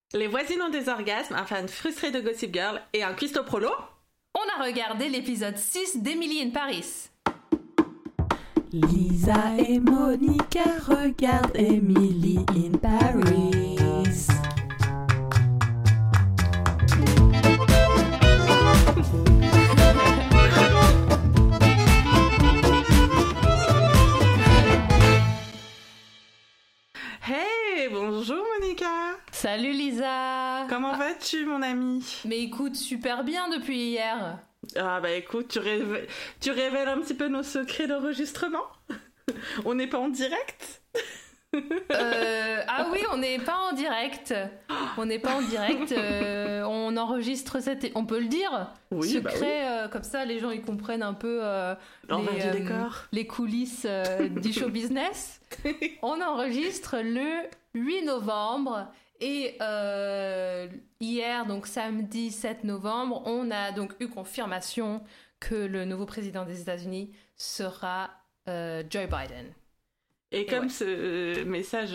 Les voisines ont des orgasmes, un fan frustré de Gossip Girl et un cuistot prolo. On a regardé l'épisode 6 d'Emily in Paris. Lisa et Monica regardent Emily in Paris. Hey, bonjour Monica. Salut Lisa. Comment vas-tu mon amie? Mais écoute, super bien depuis hier. Ah bah écoute, tu révèles un petit peu nos secrets d'enregistrement. On n'est pas en direct? Ah oui, on n'est pas en direct. On n'est pas en direct. On enregistre on peut le dire. Oui, secret, bah oui. comme ça, les gens ils comprennent un peu L'envers du décor. les coulisses du show business. On enregistre le 8 novembre et hier, donc samedi 7 novembre, on a donc eu confirmation que le nouveau président des États-Unis sera Joe Biden. Et comme ce message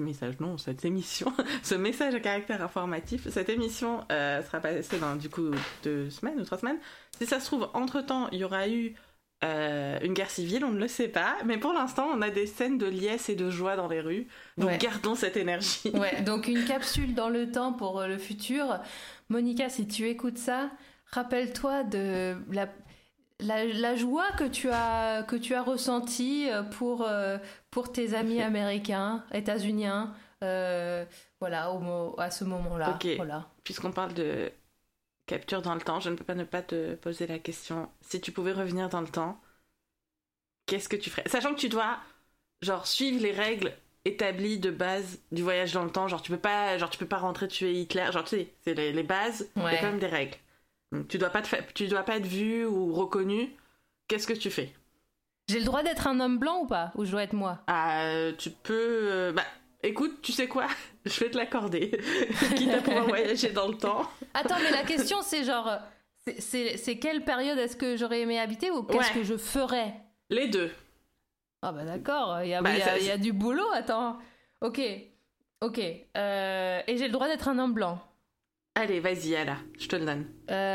à caractère informatif, cette émission sera passée dans du coup 2 semaines ou 3 semaines. Si ça se trouve, entre-temps, il y aura eu une guerre civile, on ne le sait pas. Mais pour l'instant, on a des scènes de liesse et de joie dans les rues. Donc gardons cette énergie. Ouais, donc une capsule dans le temps pour le futur. Monica, si tu écoutes ça, rappelle-toi de la joie que tu as ressentie pour tes amis américains, états-uniens, voilà, à ce moment-là. Ok, voilà. Puisqu'on parle de capture dans le temps, je ne peux pas ne pas te poser la question. Si tu pouvais revenir dans le temps, qu'est-ce que tu ferais? Sachant que tu dois, suivre les règles établies de base du voyage dans le temps. Tu peux pas rentrer tuer Hitler. Tu sais, c'est les bases, il y a quand même des règles. Donc, tu dois pas être vu ou reconnu. Qu'est-ce que tu fais? J'ai le droit d'être un homme blanc ou pas? Ou je dois être moi? Tu peux... écoute, tu sais quoi? Je vais te l'accorder. Quitte à pouvoir voyager dans le temps. Attends, mais la question c'est c'est quelle période est-ce que j'aurais aimé habiter ou qu'est-ce que je ferais? Les deux. Ah bah d'accord, il y a du boulot, attends. Ok. Et j'ai le droit d'être un homme blanc. Allez, vas-y, Ala, je te le donne.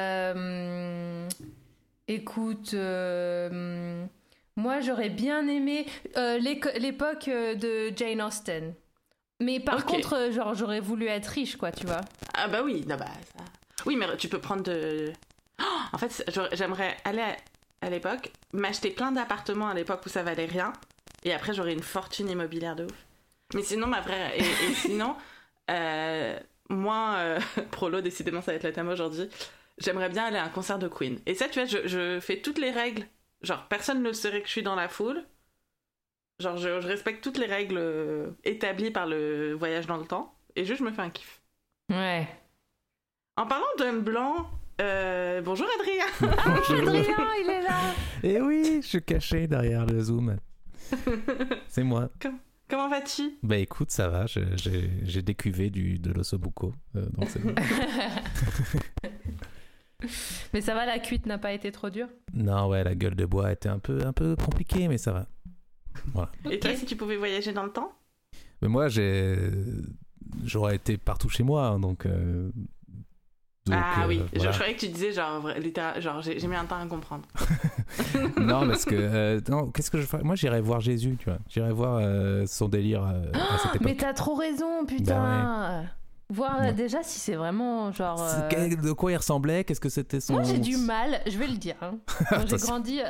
Écoute, moi j'aurais bien aimé l'époque de Jane Austen. Mais par contre, j'aurais voulu être riche, quoi, tu vois. Ah bah oui, ça... Oui, mais tu peux prendre de... en fait, j'aimerais aller à l'époque, m'acheter plein d'appartements à l'époque où ça valait rien, et après j'aurais une fortune immobilière de ouf. Mais sinon, ma vraie... Et sinon... Moi, prolo, décidément ça va être le thème aujourd'hui, j'aimerais bien aller à un concert de Queen. Et ça, tu vois, je fais toutes les règles. Personne ne saurait que je suis dans la foule. Je respecte toutes les règles établies par le voyage dans le temps. Et juste, je me fais un kiff. Ouais. En parlant d'homme blanc, bonjour Adrien. Ah, Adrien, il est là. Eh oui, je suis caché derrière le Zoom. C'est moi. Comment vas-tu? Bah écoute, ça va, j'ai décuvé de l'ossobuco, donc c'est bon. Mais ça va, la cuite n'a pas été trop dure? Non, ouais, la gueule de bois était un peu compliquée, mais ça va. Voilà. Et toi, si tu pouvais voyager dans le temps? Mais moi, j'aurais été partout chez moi, hein, donc oui, voilà. Je croyais que tu disais j'ai mis un temps à comprendre. Non, parce que qu'est-ce que je ferais? Moi, j'irais voir Jésus, tu vois. J'irais voir son délire à cette époque. Mais t'as trop raison, putain. Bah ouais. Voir déjà si c'est vraiment de quoi il ressemblait, qu'est-ce que c'était son... Moi j'ai du mal, je vais le dire. Hein. Quand j'ai grandi...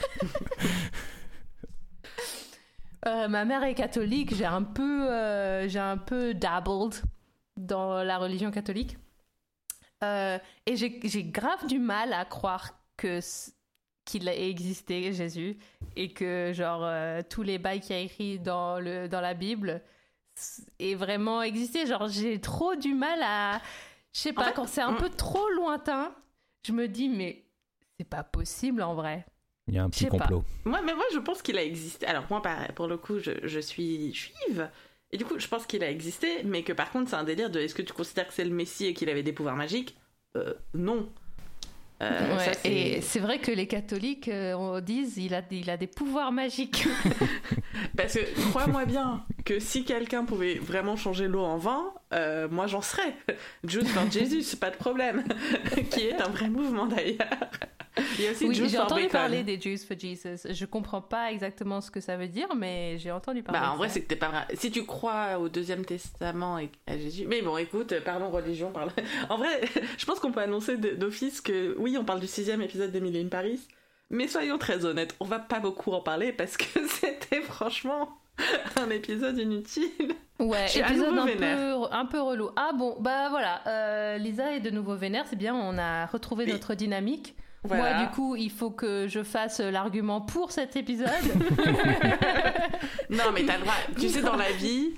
ma mère est catholique, j'ai un peu dabbled dans la religion catholique. Et j'ai grave du mal à croire qu'il ait existé, Jésus, et que tous les bails qu'il y a écrits dans la Bible aient vraiment existé. J'ai trop du mal à... Je sais pas, quand c'est un peu trop lointain, je me dis, mais c'est pas possible en vrai. Il y a un petit complot. Moi, je pense qu'il a existé. Alors moi, pour le coup, je suis juive. Et du coup, je pense qu'il a existé, mais que par contre, c'est un délire de est-ce que tu considères que c'est le Messie et qu'il avait des pouvoirs magiques? Non. Ça, et c'est vrai que les catholiques disent il a des pouvoirs magiques. Parce que crois-moi bien que si quelqu'un pouvait vraiment changer l'eau en vin, moi j'en serais. Juice for Jesus, pas de problème. Qui est un vrai mouvement d'ailleurs. Il y a aussi Juice j'ai for entendu Bacon. parler des Jews for Jesus. Je comprends pas exactement ce que ça veut dire, mais j'ai entendu parler. En vrai, c'est que t'es pas vrai. Si tu crois au Deuxième Testament et à Jésus. Mais bon, écoute, parlons religion. En vrai, je pense qu'on peut annoncer d'office que oui, on parle du 6e épisode d'Emily in Paris. Mais soyons très honnêtes, on va pas beaucoup en parler parce que c'était franchement un épisode inutile. Ouais, épisode un peu relou. Ah bon, bah voilà, Lisa est de nouveau vénère, c'est bien, on a retrouvé notre dynamique. Voilà. Moi, du coup, il faut que je fasse l'argument pour cet épisode. Non, mais t'as le droit. Tu sais, dans la vie,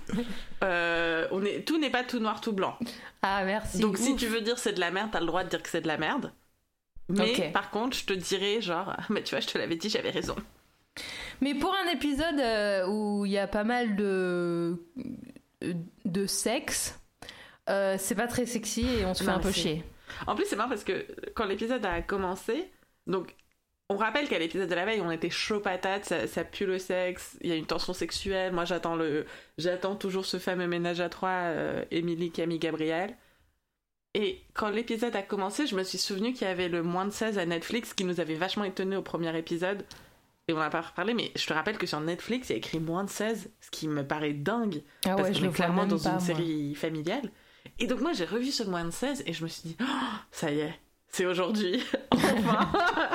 tout n'est pas tout noir, tout blanc. Ah, merci. Donc, si tu veux dire c'est de la merde, t'as le droit de dire que c'est de la merde. Mais par contre, je te dirais genre, mais tu vois, je te l'avais dit, j'avais raison. Mais pour un épisode où il y a pas mal de sexe, c'est pas très sexy et on se fait un peu chier. En plus, c'est marrant parce que quand l'épisode a commencé, donc on rappelle qu'à l'épisode de la veille, on était chaud patate, ça pue le sexe, il y a une tension sexuelle. Moi, j'attends toujours ce fameux ménage à trois, Émilie, Camille, Gabriel. Et quand l'épisode a commencé, je me suis souvenu qu'il y avait le moins de 16 à Netflix qui nous avait vachement étonnés au premier épisode. Et on n'a pas reparlé, mais je te rappelle que sur Netflix, il y a écrit moins de 16, ce qui me paraît dingue. Ah parce ouais, qu'on est clairement dans une série familiale. Et donc moi, j'ai revu ce moins de 16 et je me suis dit, oh, ça y est, c'est aujourd'hui. Enfin,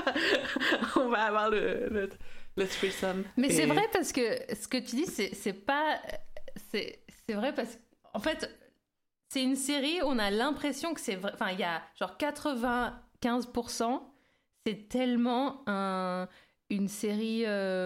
on va avoir le threesome. Mais c'est vrai parce que ce que tu dis, c'est pas... C'est vrai parce qu'en fait... C'est une série où on a l'impression que c'est vrai. Enfin, il y a genre 95%. C'est tellement une série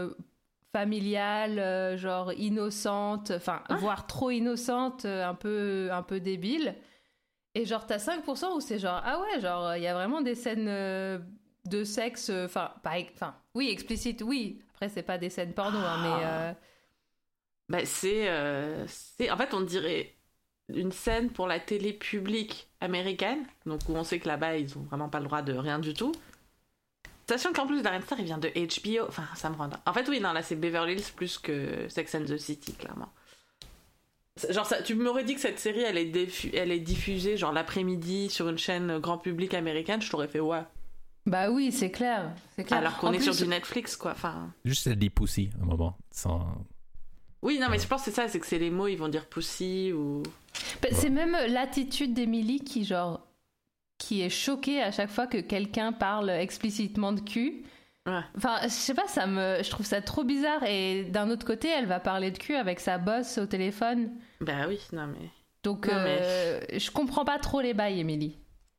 familiale, genre innocente, enfin, voire trop innocente, un peu débile. Et genre, t'as 5% où c'est genre, ah ouais, genre, il y a vraiment des scènes de sexe, enfin, oui, explicite, oui. Après, c'est pas des scènes porno, mais. Bah, c'est. En fait, on dirait une scène pour la télé publique américaine, donc où on sait que là-bas ils ont vraiment pas le droit de rien du tout, sachant qu'en plus Darren Star il vient de HBO, enfin ça me rend... En fait oui, non, là c'est Beverly Hills plus que Sex and the City, clairement. Genre ça, tu m'aurais dit que cette série elle est diffusée genre l'après-midi sur une chaîne grand public américaine, je t'aurais fait ouais. Bah oui, c'est clair. Alors qu'on est sur du Netflix, quoi, enfin... Juste elle dit pussy un moment, sans... Oui, non, mais je pense que c'est ça, c'est que c'est les mots, ils vont dire pussy ou... Bah, c'est même l'attitude d'Emily qui est choquée à chaque fois que quelqu'un parle explicitement de cul. Ouais. Enfin, je sais pas, je trouve ça trop bizarre. Et d'un autre côté, elle va parler de cul avec sa boss au téléphone. Bah oui, non mais... Donc, je comprends pas trop les bails, Emily.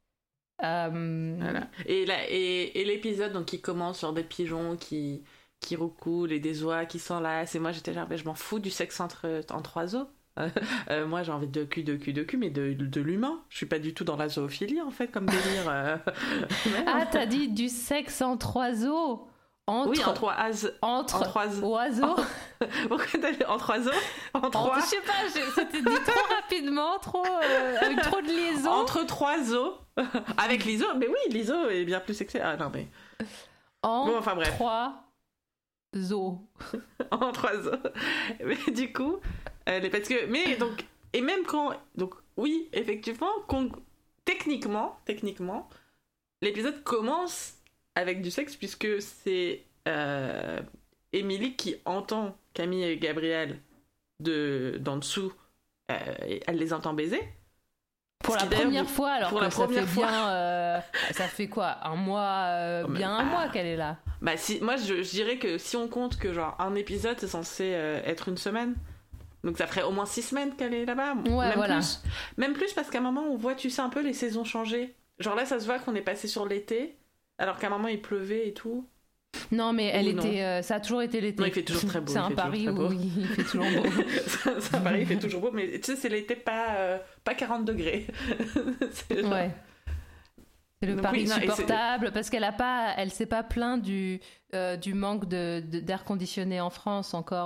Voilà. Et l'épisode, donc, qui commence sur des pigeons qui recoulent et des oies qui s'enlacent. Et moi, j'étais genre, je m'en fous du sexe en trois os. Moi, j'ai envie de cul, mais de l'humain. Je suis pas du tout dans la zoophilie, en fait, comme délire. Ah, t'as dit du sexe en trois os? Oui, en trois as. Entre trois oiseaux. Pourquoi t'as dit en trois os? En trois? Je sais pas, c'était dit trop rapidement, avec trop de liaisons. Entre trois os. Avec l'iso, mais oui, l'iso est bien plus sexy. Ah non, mais... Bon, enfin bref. Trois os. En trois os. Mais du coup, parce que... Mais donc... Et même quand... Donc oui, effectivement, techniquement, l'épisode commence avec du sexe, puisque c'est Émilie qui entend Camille et Gabriel d'en dessous, elle les entend baiser. Pour la première fois, alors que ça fait bien... ça fait quoi? Un mois, bien un mois qu'elle est là. Bah si, moi je dirais que si on compte que genre un épisode c'est censé être une semaine, donc ça ferait au moins 6 semaines qu'elle est là-bas. Ouais, voilà. Même plus parce qu'à un moment on voit, tu sais, un peu les saisons changer. Genre là ça se voit qu'on est passé sur l'été, alors qu'à un moment il pleuvait et tout. Non, mais elle était... ça a toujours été l'été. Non, il fait toujours très beau. C'est un Paris où il fait toujours beau. C'est un Paris, il fait toujours beau, mais tu sais, c'est l'été pas 40 degrés. C'est genre... Ouais. C'est le Paris supportable, parce elle s'est pas plaint du manque d'air conditionné en France encore,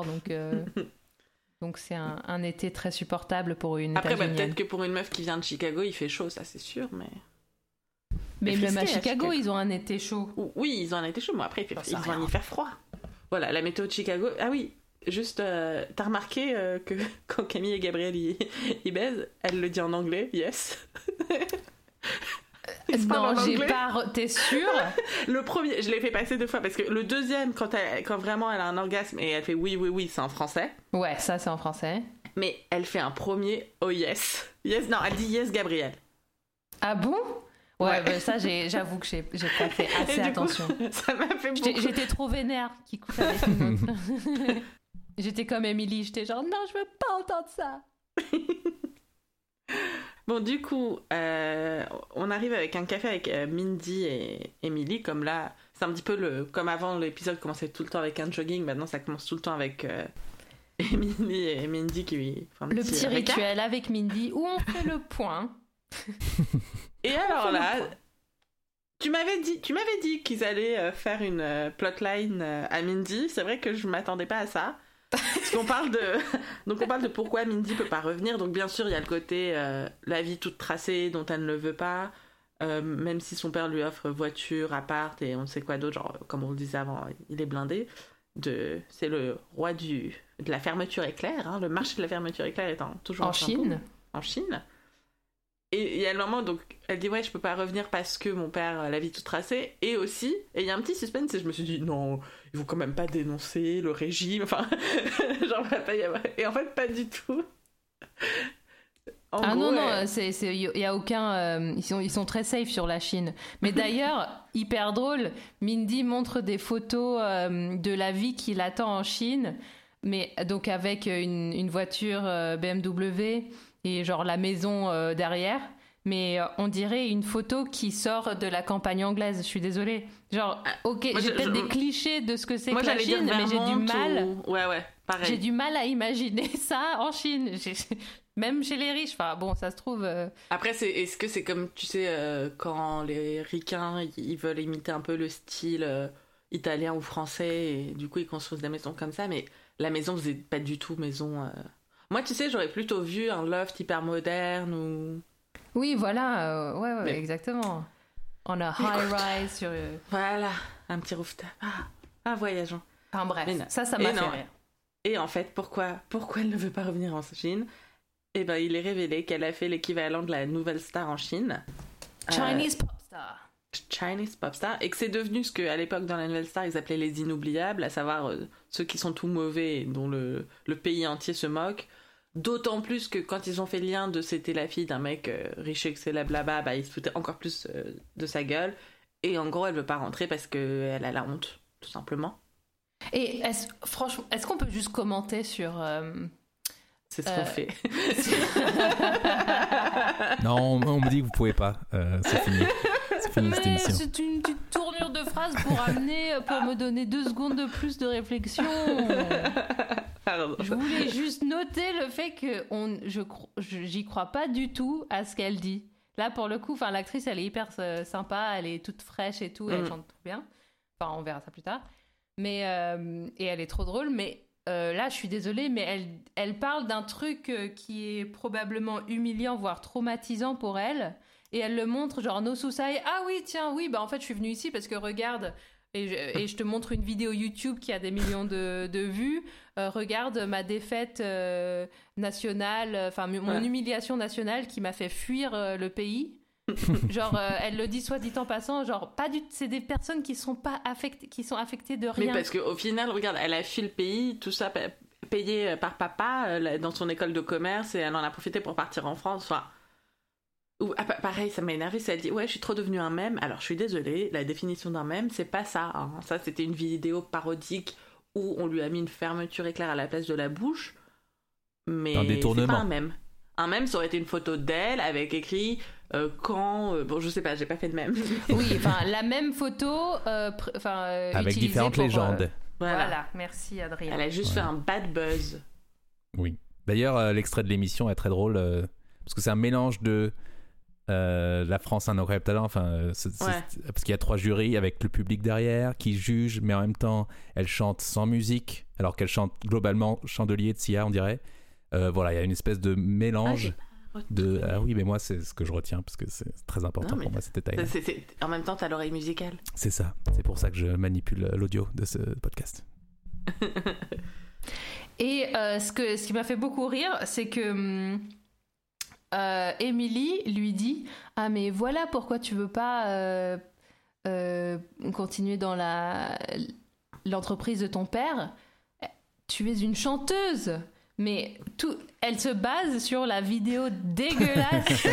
donc c'est un été très supportable pour une Après, États-Unienne. peut-être que pour une meuf qui vient de Chicago, il fait chaud, ça c'est sûr, mais... Mais même à frisqué, Chicago, ils ont un été chaud. Oui, ils ont un été chaud, mais après, ils vont y faire froid. Voilà, la météo de Chicago. Ah oui, juste, t'as remarqué que quand Camille et Gabriel ils baisent, elle le dit en anglais, yes. Non, j'ai pas. T'es sûre? Le premier, je l'ai fait passer 2 fois parce que le deuxième, quand vraiment elle a un orgasme et elle fait oui, c'est en français. Ouais, ça c'est en français. Mais elle fait un premier oh yes. Yes, non, elle dit yes Gabriel. Ah bon? Ouais, bah ça j'avoue que j'ai pas fait assez attention. Ça m'a fait beaucoup. J'étais trop vénère qui couche avec une autre. J'étais comme Emily, j'étais genre non, je veux pas entendre ça. Bon, du coup, on arrive avec un café avec Mindy et Emily, comme là, c'est un petit peu comme avant l'épisode commençait tout le temps avec un jogging, maintenant ça commence tout le temps avec Emily et Mindy qui font un le petit rituel avec Mindy où on fait le point. Et alors là, tu m'avais dit qu'ils allaient faire une plotline à Mindy, c'est vrai que je m'attendais pas à ça. Parce qu'on parle de pourquoi Mindy peut pas revenir. Donc bien sûr il y a le côté la vie toute tracée dont elle ne le veut pas, même si son père lui offre voiture, appart et on ne sait quoi d'autre, genre comme on le disait avant, il est blindé. C'est le roi de la fermeture éclair, hein, le marché de la fermeture éclair étant toujours en Chine. Et il y a le moment, donc, elle dit, ouais, je peux pas revenir parce que mon père la vie toute tracée. Et aussi, et il y a un petit suspense, et je me suis dit, non, ils vont quand même pas dénoncer le régime, enfin, genre, va pas y avoir... Et en fait, pas du tout. Non, il y a aucun... ils sont très safe sur la Chine. Mais d'ailleurs, hyper drôle, Mindy montre des photos de la vie qui l'attend en Chine, mais donc avec une voiture BMW... et genre la maison derrière, mais on dirait une photo qui sort de la campagne anglaise, je suis désolée. Genre, ok, j'ai peut-être des clichés de ce que c'est que la Chine, mais j'ai du mal... Ouais, pareil. J'ai du mal à imaginer ça en Chine, même chez les riches, enfin bon, ça se trouve... Après, est-ce que c'est comme, tu sais, quand les ricains, ils veulent imiter un peu le style italien ou français, et du coup ils construisent des maisons comme ça, mais la maison faisait pas du tout maison... Moi, tu sais, j'aurais plutôt vu un loft hyper moderne ou... Oui, voilà, ouais, exactement. On a high-rise sur... Voilà, un petit rooftop. Voyageons. Enfin bref, ça m'a fait rire. Et en fait, pourquoi elle ne veut pas revenir en Chine? Eh ben, il est révélé qu'elle a fait l'équivalent de la nouvelle star en Chine. Chinese pop star. Chinese pop star, et que c'est devenu ce qu'à l'époque dans la nouvelle star ils appelaient les inoubliables, à savoir ceux qui sont tout mauvais et dont le pays entier se moque, d'autant plus que quand ils ont fait le lien de c'était la fille d'un mec riche et célèbre là-bas, bah, ils se foutaient encore plus de sa gueule, et en gros elle veut pas rentrer parce qu'elle a la honte, tout simplement. Et franchement, est-ce qu'on peut juste commenter sur... C'est ce qu'on fait. Non, on me dit que vous pouvez pas, c'est fini. Mais c'est une petite tournure de phrase pour me donner 2 secondes de plus de réflexion. Je voulais juste noter le fait que j'y crois pas du tout à ce qu'elle dit. Là, pour le coup, l'actrice, elle est hyper sympa, elle est toute fraîche et tout, elle chante tout bien. Enfin, on verra ça plus tard. Mais et elle est trop drôle, mais là, je suis désolée, mais elle parle d'un truc qui est probablement humiliant, voire traumatisant pour elle. Et elle le montre, genre, no suicide. Ah oui, tiens, oui, bah en fait, je suis venue ici parce que regarde, et je te montre une vidéo YouTube qui a des millions de vues. Regarde ma défaite nationale, enfin, mon humiliation nationale qui m'a fait fuir le pays. Genre, elle le dit soit dit en passant, genre, pas du, c'est des personnes qui sont pas affectées, qui sont affectées de rien. Mais parce qu'au final, regarde, elle a fui le pays, tout ça payé par papa dans son école de commerce, et elle en a profité pour partir en France, enfin... pareil, ça m'a énervé, ça dit ouais, je suis trop devenue un mème. Alors je suis désolée, la définition d'un mème, c'est pas ça, hein. Ça, c'était une vidéo parodique où on lui a mis une fermeture éclair à la place de la bouche, mais c'est pas un mème. Un mème, ça aurait été une photo d'elle avec écrit bon, je sais pas, j'ai pas fait de mème. Oui, enfin la même photo, avec différentes légendes. Voilà, merci Adrien. Elle a juste fait un bad buzz. Oui. D'ailleurs, l'extrait de l'émission est très drôle parce que c'est un mélange de la France un incroyable talent, parce qu'il y a 3 jurys avec le public derrière qui jugent, mais en même temps elle chante sans musique alors qu'elle chante globalement chandelier de Sia, on dirait. Voilà, il y a une espèce de mélange. Ah oui, mais moi, c'est ce que je retiens parce que c'est très important pour moi, cette détail. En même temps, t'as l'oreille musicale. C'est ça. C'est pour ça que je manipule l'audio de ce podcast. Et ce qui m'a fait beaucoup rire, c'est que Emily lui dit « Ah, mais voilà pourquoi tu veux pas continuer dans l'entreprise de ton père. Tu es une chanteuse !» Mais elle se base sur la vidéo dégueulasse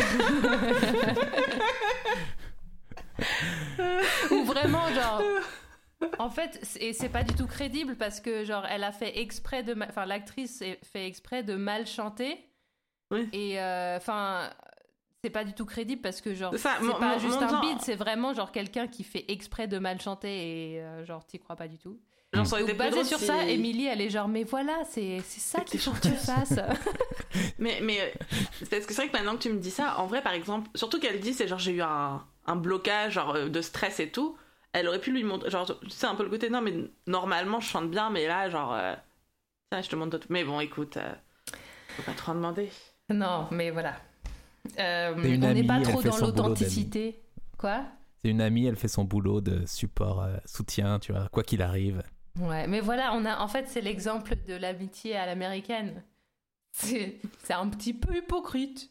où vraiment genre en fait et c'est pas du tout crédible parce que genre elle a fait exprès l'actrice fait exprès de mal chanter et c'est pas du tout crédible parce que genre c'est pas juste un beat, c'est vraiment genre quelqu'un qui fait exprès de mal chanter et genre t'y crois pas du tout. Donc basé sur ça, Emily elle est genre mais voilà c'est ça qu'il faut que tu fasses. mais parce que c'est vrai que maintenant que tu me dis ça, en vrai par exemple, surtout qu'elle dit c'est genre j'ai eu un blocage genre de stress et tout, elle aurait pu lui montrer genre tu sais un peu le côté non mais normalement je chante bien mais là genre tiens je te montre d'autres, mais bon écoute faut pas trop en demander. Non mais voilà on n'est pas trop dans l'authenticité. Quoi? C'est une amie, elle fait son boulot de support, soutien, tu vois, quoi qu'il arrive. Ouais, mais voilà, en fait, c'est l'exemple de l'amitié à l'américaine. C'est un petit peu hypocrite.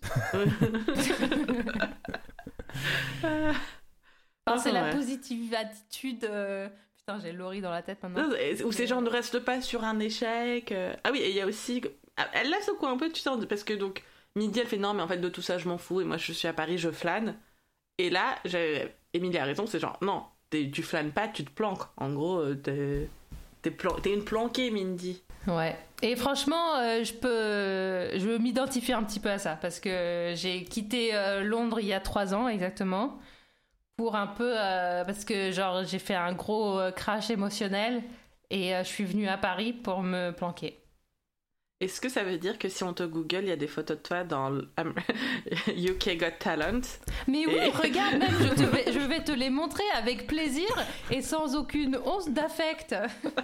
C'est la positive attitude. Putain, j'ai Laurie dans la tête maintenant. Ou ces gens ne restent pas sur un échec. Ah oui, et il y a aussi. Elle la secoue un peu, tu sais, parce que donc, Midi, elle fait non, mais en fait, de tout ça, je m'en fous, et moi, je suis à Paris, je flâne. Et là, Émilie a raison, c'est genre, non, tu flânes pas, tu te planques. En gros, t'es une planquée, Mindy. Ouais. Et franchement, je veux m'identifier un petit peu à ça, parce que j'ai quitté Londres il y a 3 ans, exactement, pour un peu... parce que, genre, j'ai fait un gros crash émotionnel, et je suis venue à Paris pour me planquer. Est-ce que ça veut dire que si on te Google, il y a des photos de toi dans UK Got Talent? Mais oui, regarde, même je vais te les montrer avec plaisir et sans aucune once d'affect.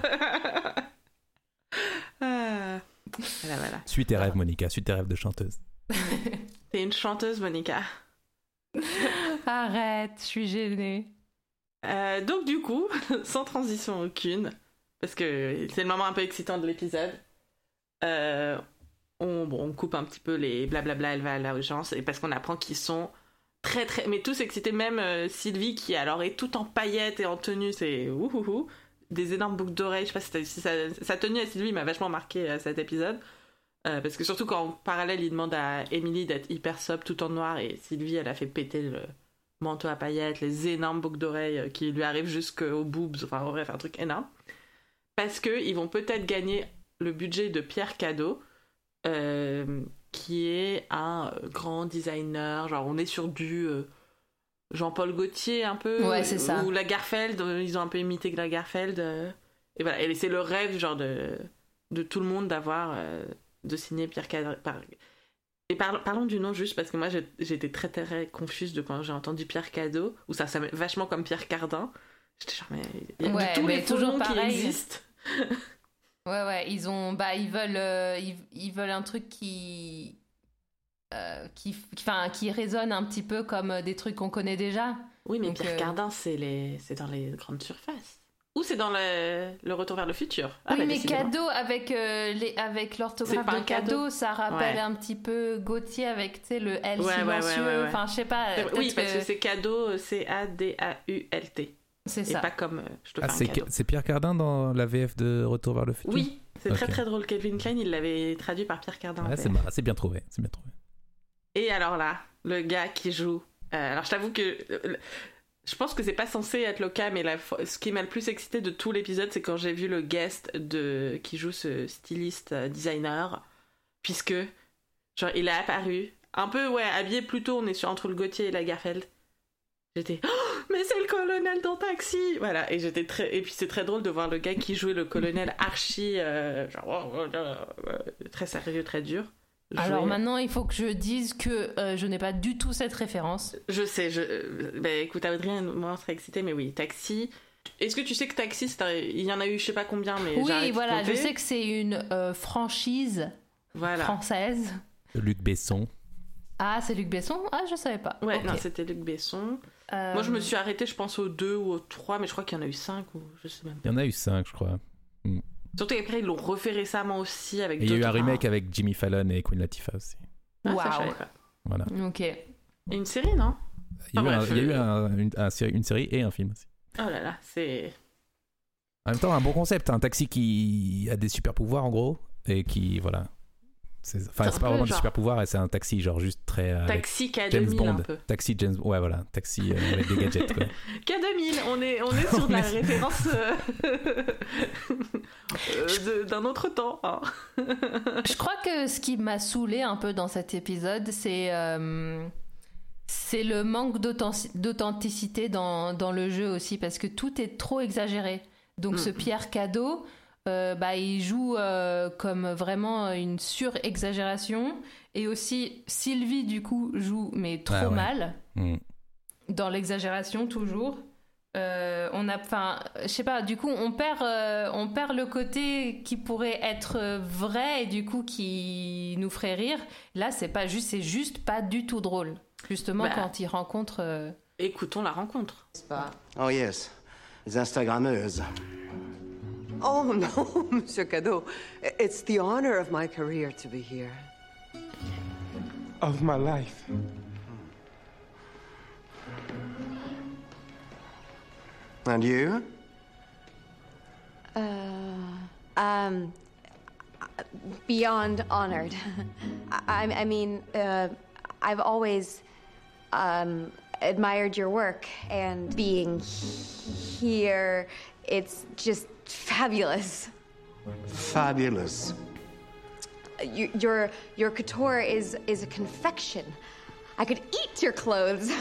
Voilà. Suis tes rêves, Monica, suis tes rêves de chanteuse. T'es une chanteuse, Monica. Arrête, je suis gênée. Donc du coup, sans transition aucune, parce que c'est le moment un peu excitant de l'épisode, on coupe un petit peu les blablabla, elle va à l'urgence, et parce qu'on apprend qu'ils sont très très, mais tous excités, même Sylvie qui alors est tout en paillettes et en tenue, c'est ouhouhou, des énormes boucles d'oreilles. Je sais pas si sa tenue à Sylvie m'a vachement marqué cet épisode, parce que surtout quand en parallèle il demande à Emily d'être hyper sobre tout en noir, et Sylvie elle a fait péter le manteau à paillettes, les énormes boucles d'oreilles qui lui arrivent jusqu'aux boobs, enfin bref un truc énorme, parce que ils vont peut-être gagner le budget de Pierre Cadault, qui est un grand designer, genre on est sur du Jean-Paul Gaultier un peu, ouais, c'est ça. Ou Lagerfeld, ils ont un peu imité Lagerfeld, et voilà, et c'est le rêve genre de tout le monde d'avoir de signer Pierre Cadault. Et parlons du nom juste, parce que moi j'étais très très confuse de quand j'ai entendu Pierre Cadault, où ça sonne vachement comme Pierre Cardin. J'étais genre mais il y a tous les faux noms qui existent. Ouais, ils veulent un truc qui résonne un petit peu comme des trucs qu'on connaît déjà. Oui, mais donc, Pierre Cardin, c'est dans les grandes surfaces. Ou c'est dans le Retour vers le futur. Oui, mais Cadeau avec l'orthographe de Cadeau, ça rappelle un petit peu Gaultier avec le L silencieux. Enfin, je sais pas. Oui, parce que c'est Cadeau, C-A-D-A-U-L-T. C'est et ça. Pas comme je te fais un cadeau. C'est Pierre Cardin dans la VF de Retour vers le futur? Oui, c'est très très drôle. Kevin Kline, il l'avait traduit par Pierre Cardin. Ouais, c'est bien trouvé. Et alors là, le gars qui joue... alors je t'avoue que... je pense que c'est pas censé être le cas, mais ce qui m'a le plus excité de tout l'épisode, c'est quand j'ai vu le guest qui joue ce styliste designer, puisque genre il a apparu un peu habillé plutôt, on est entre le Gaultier et Lagerfeld. J'étais mais c'est le colonel dans Taxi, voilà, et et puis c'est très drôle de voir le gars qui jouait le colonel archi très sérieux, très dur. Alors maintenant il faut que je dise que je n'ai pas du tout cette référence. Je sais, écoute Adrien, moi on serait excité, mais oui, Taxi. Est-ce que tu sais que Taxi, il y en a eu je sais pas combien, mais oui, voilà, je sais que c'est une franchise française. Luc Besson. Ah, c'est Luc Besson? Ah, je savais pas. Ouais, Ok. non, c'était Luc Besson. Moi, je me suis arrêtée, je pense, au 2 ou au 3, mais je crois qu'il y en a eu 5 ou je sais même pas. Il y en a eu 5, je crois. Surtout qu'après, ils l'ont refait récemment aussi avec Et il y a eu un d'autres- remake avec Jimmy Fallon et Queen Latifah aussi. Ah, ça, je Waouh. savais pas. Voilà. Ok. Et une série, non? Il y a eu, Ah, bref, il y a eu une série et un film aussi. Oh là là, c'est... En même temps, un bon concept. Un taxi qui a des super pouvoirs, en gros, et qui, voilà. Enfin, C'est c'est un pas peu vraiment des genre- super pouvoirs, et c'est un taxi, genre juste très. Avec Taxi K2000 James Bond. un peu. Taxi James. Ouais, voilà. Taxi avec des gadgets, quoi. K2000, on est sur de la référence d'un autre temps. Hein. Je crois que ce qui m'a saoulé un peu dans cet épisode, c'est le manque d'authenticité dans le jeu aussi, parce que tout est trop exagéré. Donc ce Pierre Cadeau, il joue comme vraiment une surexagération, et aussi Sylvie du coup joue mais trop Ah ouais. mal Dans l'exagération toujours. Je sais pas, du coup on perd le côté qui pourrait être vrai et du coup qui nous ferait rire. Là c'est juste pas du tout drôle, justement quand il rencontre Écoutons la rencontre. Oh yes, les Instagrammeuses. Oh no, Monsieur Cadeau. It's the honor of my career to be here. Of my life. And you? Beyond honored. I've always admired your work, and being here, it's just fabulous. Fabulous. Your couture is a confection. I could eat your clothes.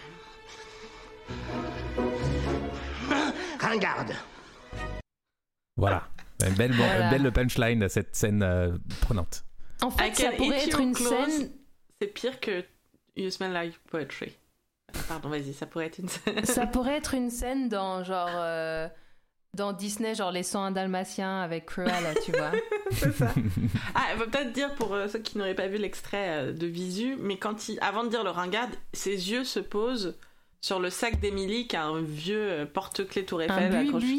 Ringarde. Voilà. Une belle punchline à cette scène prenante. En fait, ça pourrait être une scène. C'est pire que You Smell Like Poetry. Pardon, vas-y, ça pourrait être une scène. Ça pourrait être une scène dans dans Disney, genre les 101 Dalmatiens avec Cruella, tu vois. C'est ça. Ah, il faut peut-être dire pour ceux qui n'auraient pas vu l'extrait de Visu, mais avant de dire le ringard, ses yeux se posent sur le sac d'Emily qui a un vieux porte-clés Tour Eiffel.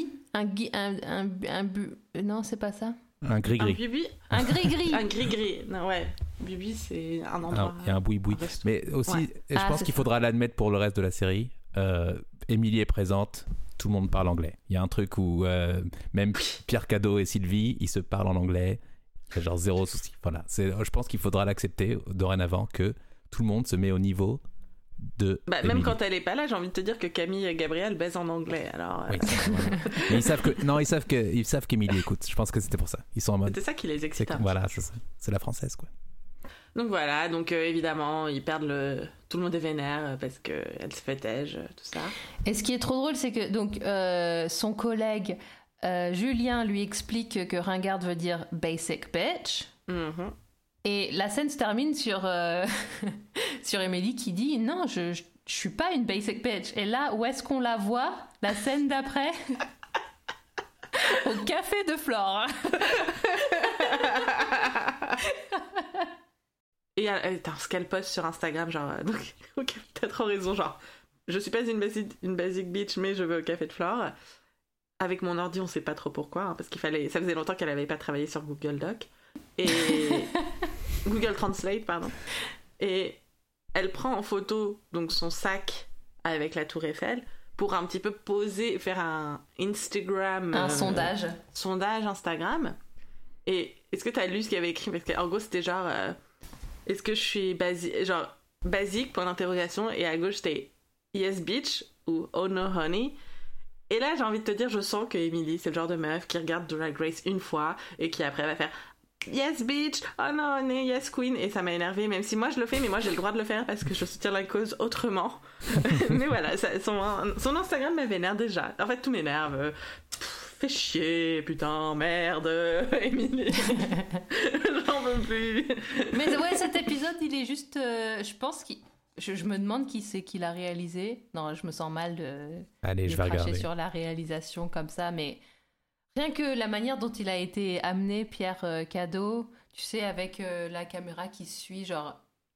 Non, c'est pas ça. Un gris-gris. Un bubi. Un gris-gris. Un gris-gris. Non, ouais. Bubi, c'est un endroit. Il y a un boui-boui. Mais aussi, Ouais. je pense qu'il faudra l'admettre pour le reste de la série. Émilie est présente, tout le monde parle anglais. Il y a un truc où même Pierre Cadeau et Sylvie, ils se parlent en anglais. Il y a genre zéro souci. Voilà. Je pense qu'il faudra l'accepter dorénavant que tout le monde se met au niveau de. Même Émilie. quand elle est pas là, j'ai envie de te dire que Camille et Gabriel baisent en anglais. Alors, Oui, voilà. Mais ils savent qu'Émilie écoute. Je pense que c'était pour ça. Ils sont en mode. c'était ça qui les excite. un Voilà, c'est ça. C'est la française, quoi. Donc voilà, évidemment, ils perdent tout le monde est vénère parce qu'elle se fait têche, tout ça. Et ce qui est trop drôle, c'est que donc son collègue Julien lui explique que ringard veut dire basic bitch. Mm-hmm. Et la scène se termine sur sur Emily qui dit non, je suis pas une basic bitch. Et là, où est-ce qu'on la voit? La scène d'après au café de Flore. Et ce qu'elle poste sur Instagram, genre, donc, ok, t'as trop raison, genre, je suis pas une basic bitch, mais je vais au café de Flore. Avec mon ordi, on sait pas trop pourquoi, hein, parce ça faisait longtemps qu'elle avait pas travaillé sur Google Doc. Et Google Translate, pardon. Et elle prend en photo, donc, son sac avec la Tour Eiffel pour un petit peu poser, faire un Instagram. Un sondage. Sondage Instagram. Et est-ce que t'as lu ce qu'il y avait écrit? Parce qu'en gros, c'était genre. Est-ce que je suis basique, point d'interrogation, et à gauche c'était yes bitch ou oh no honey. Et là j'ai envie de te dire, je sens que Emily c'est le genre de meuf qui regarde Drag Race une fois et qui après va faire yes bitch, oh no honey, yes queen, et ça m'a énervé, même si moi je le fais, mais moi j'ai le droit de le faire parce que je soutiens la cause autrement. Mais voilà, son Instagram m'énerve déjà. En fait tout m'énerve. Fais chier, putain, merde, Émilie. J'en peux plus. Mais ouais, cet épisode, il est juste. Je pense qu'il. Je me demande qui c'est qui l'a réalisé. Non, je me sens mal de je vais cracher regarder sur la réalisation comme ça, mais rien que la manière dont il a été amené, Pierre Cadeau, tu sais, avec la caméra qui suit, genre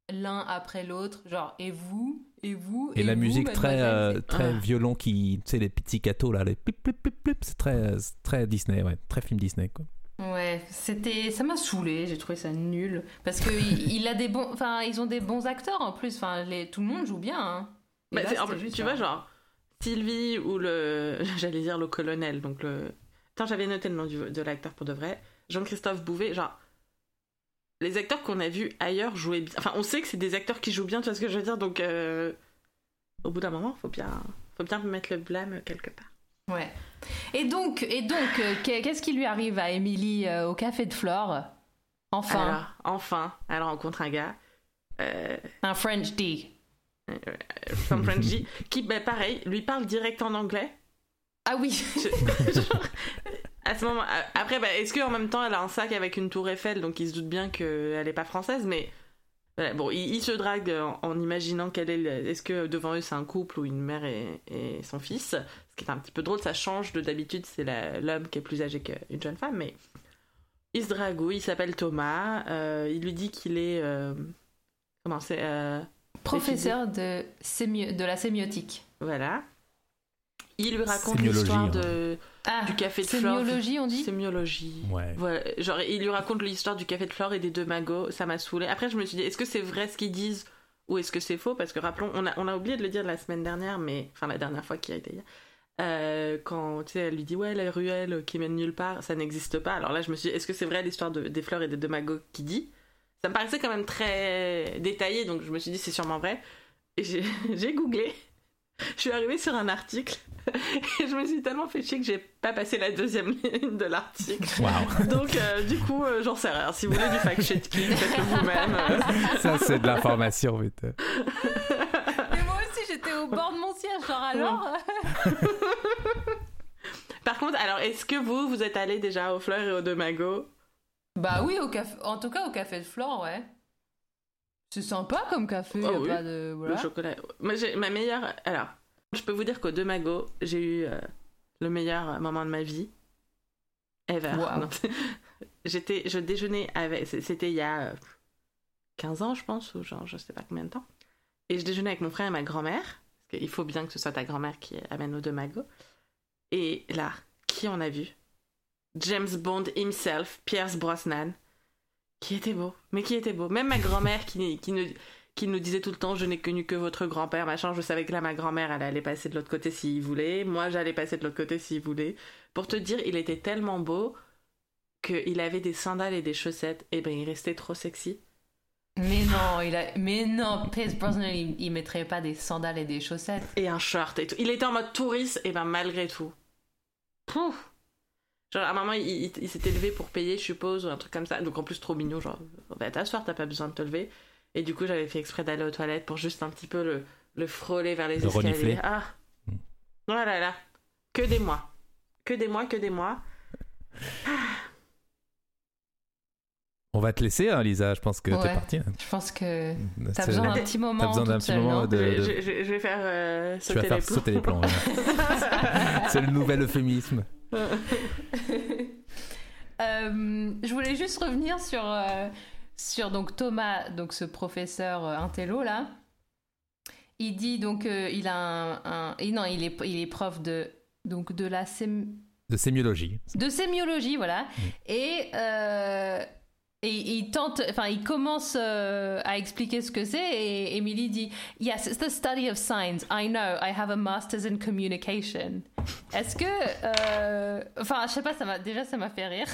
l'un après l'autre, genre et vous, et vous, la musique mademoiselle, très violon qui, tu sais, les pizzicatos là, les plip plip plip plip, c'est très Disney, ouais, très film Disney quoi. Ouais, ça m'a saoulé, j'ai trouvé ça nul parce que il a des bons, enfin ils ont des bons acteurs en plus, enfin tout le monde joue bien. Hein. Bah, tu vois genre Sylvie ou j'allais dire le colonel, donc Attends, j'avais noté le nom de l'acteur pour de vrai. Jean-Christophe Bouvet, genre les acteurs qu'on a vus ailleurs jouaient bien. Enfin, on sait que c'est des acteurs qui jouent bien, tu vois ce que je veux dire, donc au bout d'un moment, faut bien mettre le blâme quelque part. Ouais. Et donc, qu'est-ce qui lui arrive à Émilie au café de Flore ? Enfin, elle rencontre un gars. un French D. From French D, qui, pareil, lui parle direct en anglais. Ah oui. À ce moment, après, est-ce qu'en même temps, elle a un sac avec une tour Eiffel, donc il se doute bien qu'elle est pas française, mais bon, il se drague en imaginant qu'elle est. Est-ce que devant eux c'est un couple ou une mère et son fils ? Ce qui est un petit peu drôle, ça change d'habitude, c'est l'homme qui est plus âgé qu'une jeune femme, mais il se dragouille, il s'appelle Thomas, il lui dit qu'il est. Comment c'est professeur de la sémiotique. Voilà. Il lui raconte l'histoire du café de Flore. Sémiologie, on dit ? Sémiologie. Ouais. Voilà. Genre, il lui raconte l'histoire du café de Flore et des deux magots. Ça m'a saoulée. Après, je me suis dit, est-ce que c'est vrai ce qu'ils disent ou est-ce que c'est faux ? Parce que rappelons, on a oublié de le dire la semaine dernière, enfin la dernière fois qui a été hier. Quand, tu sais, elle lui dit, ouais, la ruelle qui mène nulle part, ça n'existe pas. Alors là, je me suis dit, est-ce que c'est vrai l'histoire des fleurs et des deux magots qui dit ? Ça me paraissait quand même très détaillé, donc je me suis dit, c'est sûrement vrai. Et j'ai googlé. Je suis arrivée sur un article et je me suis tellement fait chier que j'ai pas passé la deuxième ligne de l'article. Wow. Donc du coup, j'en sais rien. Si vous voulez du fact-checking, faites-le vous-même. Ça, c'est de l'information, putain. Mais moi aussi, j'étais au bord de mon siège, genre alors. Par contre, alors, est-ce que vous êtes allé déjà aux fleurs et aux deux magots ? Bah oui, en tout cas au café de Flore, ouais. C'est sympa comme café, oui. Pas de... Voilà. Le chocolat. Moi, j'ai ma meilleure... Alors, je peux vous dire qu'aux deux magots, j'ai eu le meilleur moment de ma vie. Ever. Wow. Non, je déjeunais avec... C'était il y a 15 ans, je pense, ou genre, je sais pas combien de temps. Et je déjeunais avec mon frère et ma grand-mère, parce qu'il faut bien que ce soit ta grand-mère qui amène aux deux magots. Et là, qui on a vu ? James Bond himself, Pierce Brosnan. Qui était beau, mais qui était beau. Même ma grand-mère qui nous disait tout le temps, je n'ai connu que votre grand-père, machin. Je savais que là, ma grand-mère, elle allait passer de l'autre côté s'il voulait. Moi, j'allais passer de l'autre côté s'il voulait. Pour te dire, il était tellement beau qu'il avait des sandales et des chaussettes. Et ben, il restait trop sexy. Mais non, Pierce Brosnan, il mettrait pas des sandales et des chaussettes. Et un short et tout. Il était en mode touriste, et ben, malgré tout. Pouf. Genre, à un moment, il s'était levé pour payer, je suppose, ou un truc comme ça. Donc, en plus, trop mignon, genre, bah, t'asseoir, t'as pas besoin de te lever. Et du coup, j'avais fait exprès d'aller aux toilettes pour juste un petit peu le frôler vers les escaliers. Renifler. Ah, voilà, là. Que des mois. On va te laisser, hein, Lisa. Je pense que t'es partie. Je pense que t'as besoin d'un petit moment. T'as besoin d'un petit moment Je vais faire sauter les plombs. Sauter les plombs. C'est le nouvel euphémisme. Je voulais juste revenir sur donc Thomas, donc ce professeur intello là. Il dit donc il a il est prof de la sémiologie. De sémiologie, voilà. Et il commence à expliquer ce que c'est et Emily dit yes, it's the study of signs. I know, I have a master's in communication. Est-ce que je sais pas, ça m'a fait rire.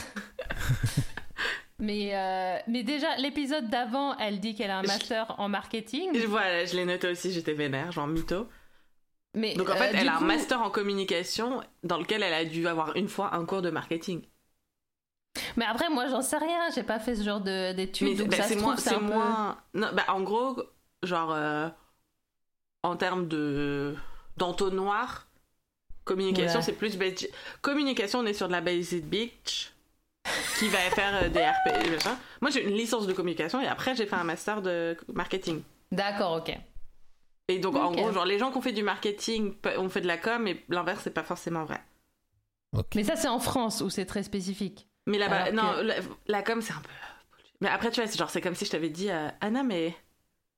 mais déjà l'épisode d'avant, elle dit qu'elle a un master en marketing. Voilà, je l'ai noté aussi, j'étais vénère, genre mytho. Mais donc en fait, elle a un master en communication dans lequel elle a dû avoir une fois un cours de marketing. Mais après, moi, j'en sais rien. J'ai pas fait ce genre d'études. Donc ça se trouve, c'est moins. Non, en gros, genre, en termes d'entonnoir, communication, c'est plus. Communication, on est sur de la Basic Beach, qui va faire des RP. Moi, j'ai une licence de communication et après, j'ai fait un master de marketing. D'accord, ok. Et donc, en gros, genre, les gens qui ont fait du marketing ont fait de la com, et l'inverse, c'est pas forcément vrai. Okay. Mais ça, c'est en France où c'est très spécifique. Mais là-bas, non, la com, c'est un peu... Mais après, tu vois, c'est comme si je t'avais dit, Anna, mais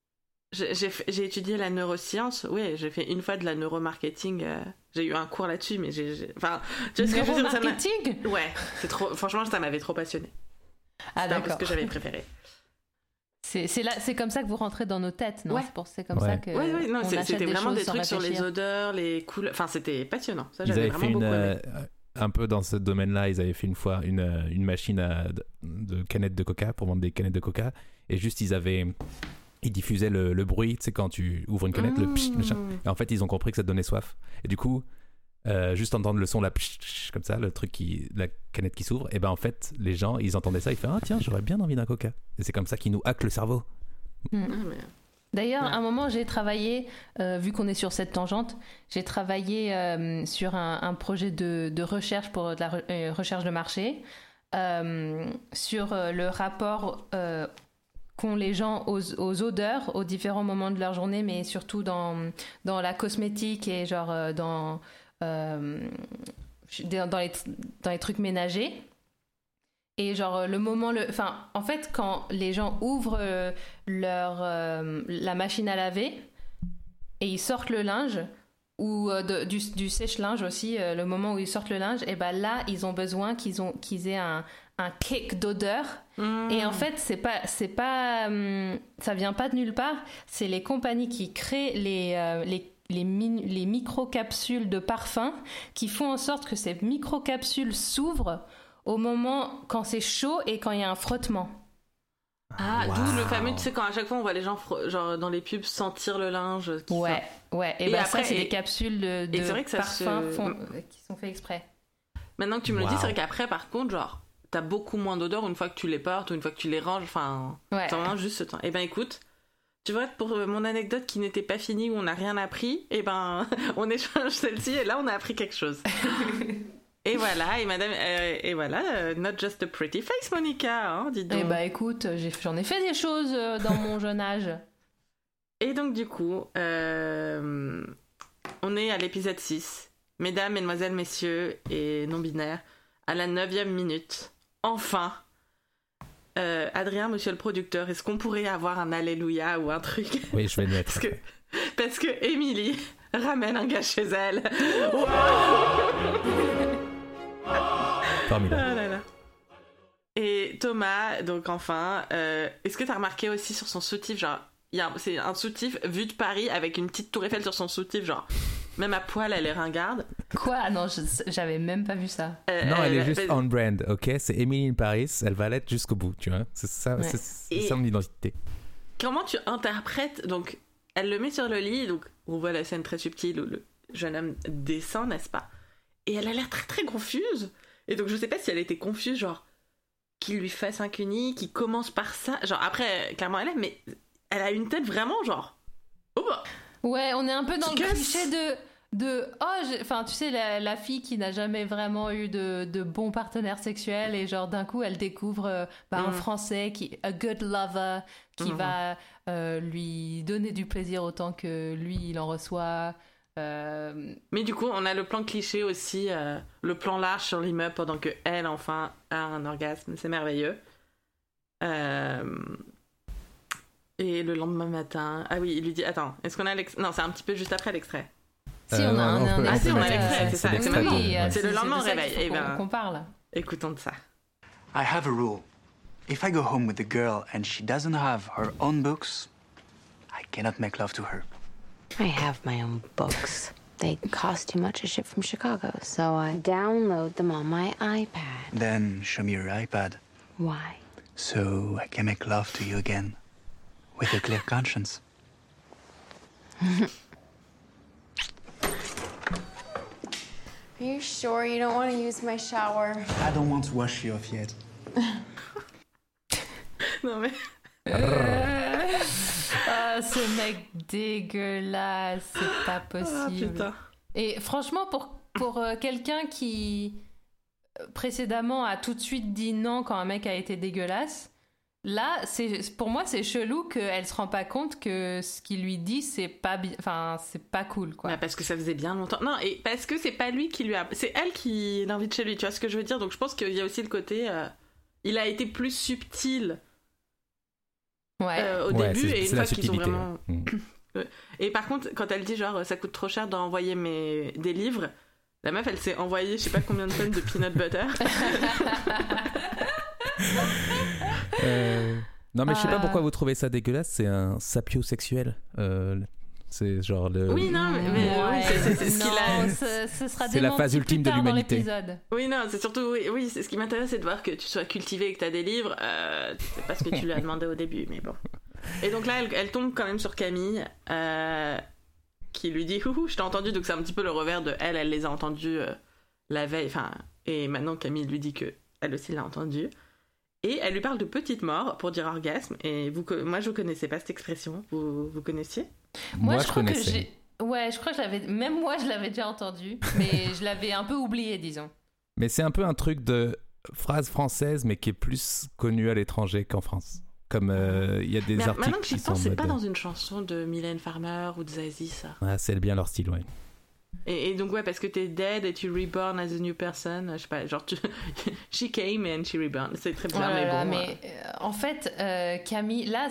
J'ai étudié la neuroscience. Oui, j'ai fait une fois de la neuromarketing. J'ai eu un cours là-dessus, mais enfin, tu vois ce que je veux dire, neuromarketing ? Ouais, c'est trop. Franchement, ça m'avait trop passionné. Ah d'accord. C'est ce que j'avais préféré. C'est comme ça que vous rentrez dans nos têtes, non ? Ouais. C'est comme ça que. Ouais, non, c'était vraiment des trucs sur les réfléchir. odeurs, les couleurs. Enfin, c'était passionnant. Ça, Ils j'avais avaient vraiment fait beaucoup aimé. un peu dans ce domaine-là, ils avaient fait une fois une machine de canettes de coca pour vendre des canettes de coca. Et juste, ils diffusaient le bruit, tu sais, quand tu ouvres une canette, le psh, machin. Et en fait, ils ont compris que ça te donnait soif. Et du coup, juste entendre le son, la psh, comme ça, la canette qui s'ouvre, et ben en fait, les gens, ils entendaient ça, ils faisaient « Ah tiens, j'aurais bien envie d'un coca ». Et c'est comme ça qu'ils nous hackent le cerveau. D'ailleurs, à un moment, j'ai travaillé, vu qu'on est sur cette tangente, j'ai travaillé sur un projet de recherche pour de la recherche de marché, sur le rapport qu'ont les gens aux odeurs aux différents moments de leur journée, mais surtout dans la cosmétique et genre dans les trucs ménagers. Et genre en fait, quand les gens ouvrent la machine à laver et ils sortent le linge, ou du sèche-linge aussi, le moment où ils sortent le linge, et ben là ils ont besoin qu'ils aient un kick d'odeur. Et en fait c'est pas ça vient pas de nulle part, c'est les compagnies qui créent les micro-capsules de parfum qui font en sorte que ces micro-capsules s'ouvrent au moment quand c'est chaud et quand il y a un frottement. D'où le fameux, tu sais, quand à chaque fois on voit les gens genre dans les pubs sentir le linge. Ouais. Et ben après, c'est des capsules de c'est vrai que parfum qui sont faits exprès. Maintenant que tu me le dis, c'est vrai qu'après, par contre, genre, t'as beaucoup moins d'odeur une fois que tu les portes ou une fois que tu les ranges. Enfin, c'est vraiment juste ce temps. Et ben écoute, tu vois, pour mon anecdote qui n'était pas finie, où on n'a rien appris, et ben on échange celle-ci et là on a appris quelque chose. Et voilà, et voilà, not just a pretty face, Monica, hein, dis donc. Eh bah écoute, j'en ai fait des choses dans mon jeune âge. Et donc du coup, on est à l'épisode 6. Mesdames, mesdemoiselles, messieurs et non-binaires, à la 9e minute. Enfin, Adrien, monsieur le producteur, est-ce qu'on pourrait avoir un alléluia ou un truc ? Oui, je vais le mettre. Parce que Émilie ramène un gars chez elle. Formidable. Ah là là. Et Thomas, donc enfin, est-ce que t'as remarqué aussi sur son soutif, genre, c'est un soutif vu de Paris avec une petite tour Eiffel sur son soutif, genre, même à poil, elle est ringarde. Quoi ? Non, j'avais même pas vu ça. Non, elle est juste on brand, ok ? C'est Emily in Paris, elle va l'être jusqu'au bout, tu vois ? C'est ça, c'est son identité. Comment tu interprètes, donc, elle le met sur le lit, donc, on voit la scène très subtile où le jeune homme descend, n'est-ce pas ? Et elle a l'air très très confuse. Et donc je sais pas si elle était confuse, genre qu'il lui fasse un cuni, qu'il commence par ça, genre après clairement elle aime, mais elle a une tête vraiment genre ouais, on est un peu dans le cliché enfin tu sais la fille qui n'a jamais vraiment eu de bons partenaires sexuels et genre d'un coup elle découvre un Français a good lover qui va lui donner du plaisir autant que lui il en reçoit. Mais du coup on a le plan cliché aussi, le plan large sur l'immeuble pendant que elle enfin a un orgasme, c'est merveilleux. Et le lendemain matin, ah oui, il lui dit attends, est-ce qu'on a non, c'est un petit peu juste après l'extrait. Si on a un extrait. On a l'extrait, c'est ça, c'est maintenant. Oui, c'est le lendemain au réveil. Et qu'on parle. Écoutons de ça. I have a rule. If I go home with a girl and she doesn't have her own books, I cannot make love to her. I have my own books. They cost too much to ship from Chicago, so I download them on my iPad. Then show me your iPad. Why? So I can make love to you again. With a clear conscience. Are you sure you don't want to use my shower? I don't want to wash you off yet. Non mais... ce mec dégueulasse, c'est pas possible. Putain. Et franchement, pour quelqu'un qui précédemment a tout de suite dit non quand un mec a été dégueulasse, là, pour moi, c'est chelou qu'elle se rend pas compte que ce qu'il lui dit, c'est pas cool, quoi. Bah parce que ça faisait bien longtemps. Non, et parce que c'est pas lui qui lui a... C'est elle qui l'invite chez lui, tu vois ce que je veux dire ? Donc je pense qu'il y a aussi le côté... Il a été plus subtil au début, et une c'est la fois qu'ils ont subtilité, vraiment... Et par contre, quand elle dit genre ça coûte trop cher d'envoyer des livres, la meuf elle s'est envoyée je sais pas combien de tonnes de peanut butter. Non mais je sais pas pourquoi vous trouvez ça dégueulasse, c'est un sapiosexuel. C'est genre le... Oui, non, mais c'est ce qu'il a... Ce sera c'est la phase ultime de l'humanité. Oui, non, c'est surtout... Oui, c'est ce qui m'intéresse, c'est de voir que tu sois cultivé et que t'as des livres. C'est pas ce que tu lui as demandé au début, mais bon. Et donc là, elle tombe quand même sur Camille, qui lui dit « Houhou, je t'ai entendu », donc c'est un petit peu le revers de elle les a entendus la veille, enfin... Et maintenant, Camille lui dit que elle aussi l'a entendu. Et elle lui parle de petite mort pour dire orgasme. Et moi, je ne connaissais pas cette expression. Vous connaissiez ? Moi, je connaissais. Je crois que je l'avais déjà entendu, mais je l'avais un peu oublié, disons. Mais c'est un peu un truc de phrase française, mais qui est plus connu à l'étranger qu'en France. Comme il y a des articles maintenant que j'y qui sont pense, c'est mode... pas dans une chanson de Mylène Farmer ou de Zazie, ça. Ah, c'est bien leur style, ouais. Et donc, ouais, parce que t'es dead et tu reborn as a new person. Je sais pas, genre, she came and she reborn. C'est très bizarre, mais bon. Mais en fait, Camille, là,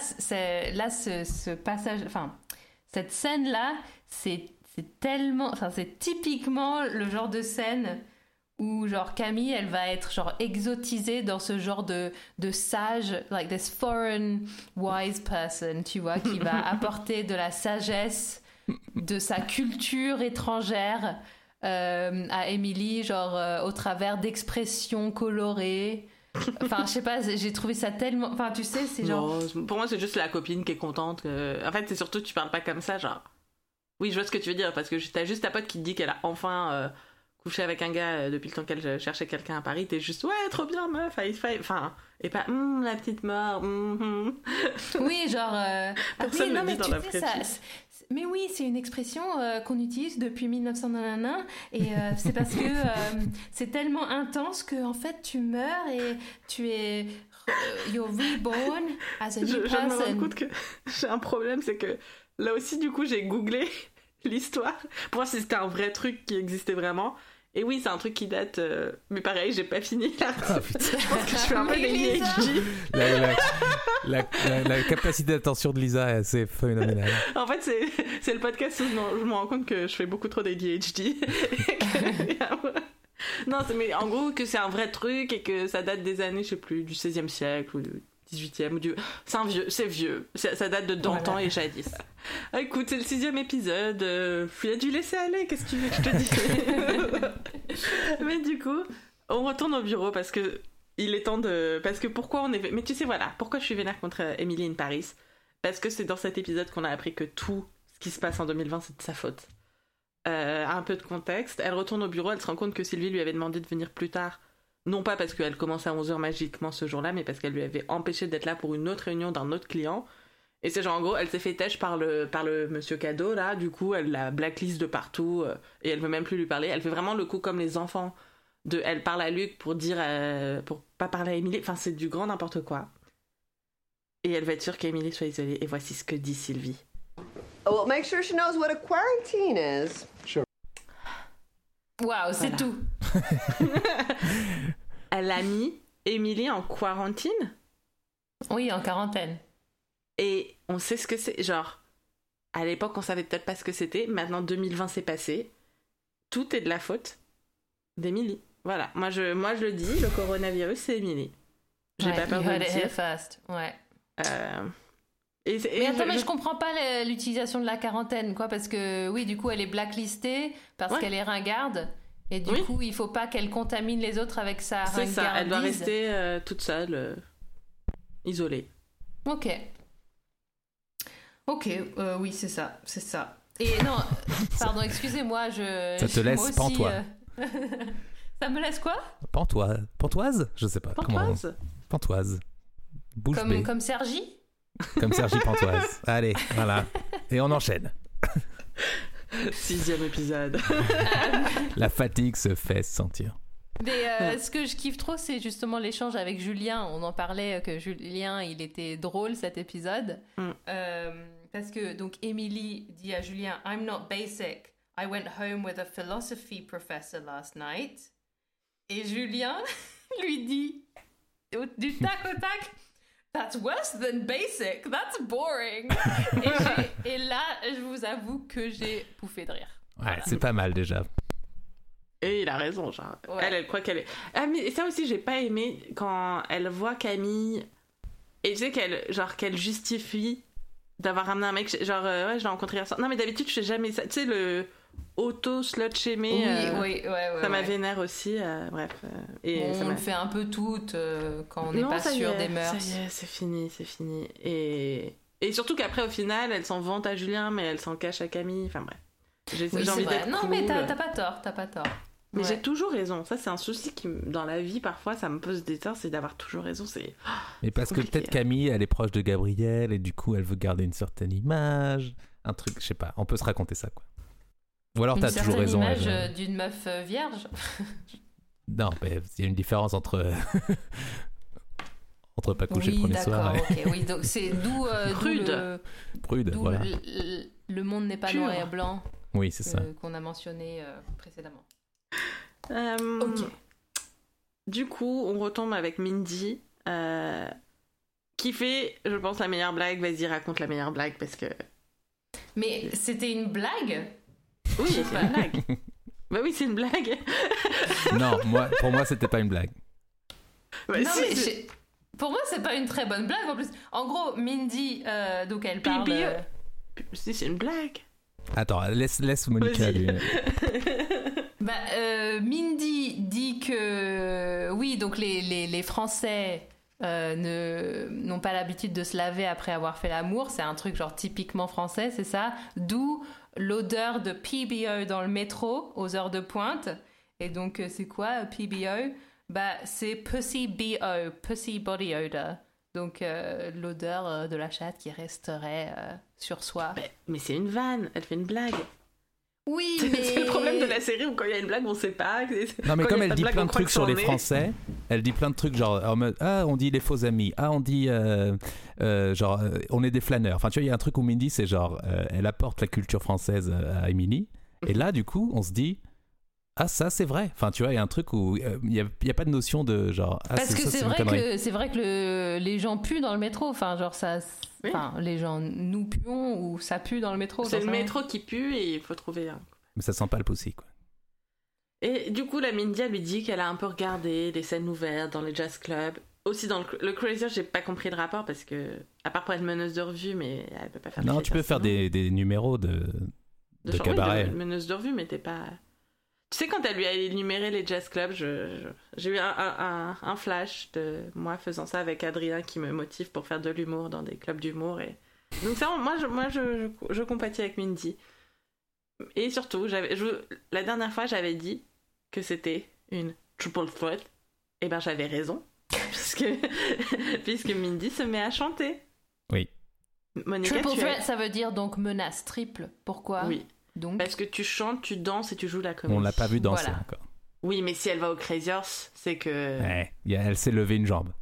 ce passage, enfin, cette scène-là, c'est tellement, enfin, c'est typiquement le genre de scène où, genre, Camille, elle va être, genre, exotisée dans ce genre de sage, like this foreign wise person, tu vois, qui va apporter de la sagesse de sa culture étrangère à Emily, genre au travers d'expressions colorées. Enfin, je sais pas, j'ai trouvé ça tellement... Enfin, tu sais, c'est genre... Non, pour moi, c'est juste la copine qui est contente. En fait, c'est surtout, tu parles pas comme ça, genre... Oui, je vois ce que tu veux dire, parce que t'as juste ta pote qui te dit qu'elle a enfin couché avec un gars depuis le temps qu'elle cherchait quelqu'un à Paris. T'es juste, ouais, trop bien, meuf, high five. Enfin, et pas, la petite mort. Oui, genre... Personne oui, ne dit dans la vraie vie. Mais oui, c'est une expression qu'on utilise depuis 1991 et c'est parce que c'est tellement intense que en fait tu meurs et tu es you're reborn as a new person. Je me rends compte que j'ai un problème, c'est que là aussi du coup j'ai googlé l'histoire pour voir si c'était un vrai truc qui existait vraiment. Et oui, c'est un truc qui date, mais pareil, j'ai pas fini l'article. Je pense que je fais un peu des ADHD. La capacité d'attention de Lisa est assez phénoménale. En fait, c'est le podcast où je me rends compte que je fais beaucoup trop d'ADHD. Non, mais en gros, que c'est un vrai truc et que ça date des années, je sais plus, du 16e siècle ou du 18e ou du... C'est vieux. Ça date de d'antan et jadis. Ah, écoute, c'est le 6e épisode. Il a dû laisser aller, qu'est-ce que tu veux que je te dise? Mais du coup, on retourne au bureau parce que il est temps de... Parce que pourquoi on est... Mais tu sais, voilà, pourquoi je suis vénère contre Emily in Paris? Parce que c'est dans cet épisode qu'on a appris que tout ce qui se passe en 2020, c'est de sa faute. Un peu de contexte. Elle retourne au bureau, elle se rend compte que Sylvie lui avait demandé de venir plus tard. Non pas parce qu'elle commençait à 11h magiquement ce jour-là, mais parce qu'elle lui avait empêché d'être là pour une autre réunion d'un autre client. Et c'est genre, en gros, elle s'est fait têche par le monsieur cadeau, là. Du coup, elle la blacklist de partout et elle veut même plus lui parler. Elle fait vraiment le coup comme les enfants. Elle parle à Luc pour dire... pour pas parler à Emily. Enfin, c'est du grand n'importe quoi. Et elle va être sûre qu'Emily soit isolée. Et voici ce que dit Sylvie. Well, make sure she knows what a quarantine is. Sure. Waouh, c'est tout. Elle a mis Emily en quarantine. Oui, en quarantaine. Et on sait ce que c'est. Genre, à l'époque, on savait peut-être pas ce que c'était. Maintenant, 2020 s'est passé. Tout est de la faute d'Emily. Voilà. Moi, je le dis, le coronavirus, c'est Emily. J'ai pas peur de le dire. Fast. Ouais. Mais attends, mais je comprends pas l'utilisation de la quarantaine, quoi, parce que oui, du coup, elle est blacklistée parce qu'elle est ringarde, et du coup, il faut pas qu'elle contamine les autres avec sa ringardise. C'est ça, elle doit rester toute seule, isolée. Ok, oui, c'est ça. Et non, pardon, excusez-moi, ça te laisse pantois. Ça me laisse quoi? Pantoise? Je sais pas. Pantoise. Bouche bée. Comme Sergi? Comme Sergi Pantoise. Allez, voilà. Et on enchaîne. 6e épisode. La fatigue se fait sentir. Mais ce que je kiffe trop, c'est justement l'échange avec Julien. On en parlait que Julien, il était drôle cet épisode. Parce que donc Emily dit à Julien, I'm not basic. I went home with a philosophy professor last night. Et Julien lui dit du tac au tac, That's worse than basic. That's boring. et là, je vous avoue que j'ai pouffé de rire. Ouais, c'est pas mal déjà. Et il a raison, genre. Ouais. Elle croit qu'elle est... Ah, mais ça aussi, j'ai pas aimé quand elle voit Camille... Et tu sais qu'elle justifie d'avoir ramené un mec... Genre, ouais, je l'ai rencontré hier soir. Non, mais d'habitude, je fais jamais ça. Tu sais, le auto-slut-shamé... Oui, ça m'a vénère aussi, bref. Et on ça le fait un peu toutes quand on n'est pas sûr des mœurs. Ça y est, c'est fini. Et surtout qu'après, au final, elle s'en vante à Julien, mais elle s'en cache à Camille. Enfin, bref. J'ai envie d'être Non, cool. mais t'as pas tort. Mais Ouais. j'ai toujours raison. Ça, c'est un souci qui, dans la vie, parfois, ça me pose des torts, c'est d'avoir toujours raison. Mais parce que peut-être Camille, elle est proche de Gabriel et du coup, elle veut garder une certaine image. Un truc, je sais pas. On peut se raconter ça, quoi. Ou alors, t'as toujours raison. Une certaine image d'une meuf vierge. Non, mais il y a une différence entre... entre pas coucher le premier soir. Ok, oui, donc c'est d'où Prude, d'où voilà. le monde n'est pas Pur. noir et blanc. Oui, c'est ça. Qu'on a mentionné précédemment. Ok. Du coup, on retombe avec Mindy, qui fait, je pense, la meilleure blague. Vas-y, raconte la meilleure blague, parce que... Mais c'était une blague? Oui, c'est une blague. Bah oui, c'est une blague. Non, pour moi, c'était pas une blague. Bah, Non, si, mais pour moi, c'est pas une très bonne blague en plus. En gros, Mindy, donc elle parle. Si, c'est une blague. Attends, laisse Monica lui. Mindy dit que oui, donc les Français n'ont pas l'habitude de se laver après avoir fait l'amour. C'est un truc genre typiquement français, c'est ça. D'où l'odeur de PBO dans le métro aux heures de pointe. Et donc, c'est quoi PBO? C'est Pussy BO, Pussy Body Odor. Donc, l'odeur de la chatte qui resterait sur soi. Mais c'est une vanne, elle fait une blague. Oui, mais... C'est le problème de la série où quand il y a une blague, on sait pas. Non, mais Quand comme il y a elle pas dit blague, plein on de croit trucs que sur c'en les est. Français, elle dit plein de trucs genre en mode on dit les faux amis, on dit on est des flâneurs. Enfin, tu vois, il y a un truc où Mindy, c'est genre elle apporte la culture française à Emily. Et là, du coup, on se dit ça c'est vrai. Enfin, tu vois, il y a un truc où il y a pas de notion de genre parce que ça, c'est vrai que les gens puent dans le métro. Enfin, genre ça. Oui. Enfin, les gens nous puons ou ça pue dans le métro. C'est le métro qui pue et il faut trouver un. Mais ça sent pas le pussy, quoi. Et du coup, la Mindy, elle lui dit qu'elle a un peu regardé les scènes ouvertes dans les jazz clubs. Aussi dans le Crazier, j'ai pas compris le rapport parce que, à part pour être meneuse de revue, mais elle peut pas faire. Non, tu peux faire des numéros de cabaret. Oui, meneuse de revue, mais t'es pas. Tu sais, quand elle lui a énuméré les jazz clubs, j'ai eu un flash de moi faisant ça avec Adrien qui me motive pour faire de l'humour dans des clubs d'humour. Et... Donc ça, moi, je compatis avec Mindy. Et surtout, la dernière fois, j'avais dit que c'était une triple threat. Et ben, j'avais raison, puisque Mindy se met à chanter. Oui. Monica, triple threat, ça veut dire donc menace triple. Pourquoi? Oui. Donc... Parce que tu chantes, tu danses et tu joues la comédie. On l'a pas vu danser Voilà. encore. Oui, mais si elle va au Craziers, c'est que... Ouais, elle s'est levée une jambe.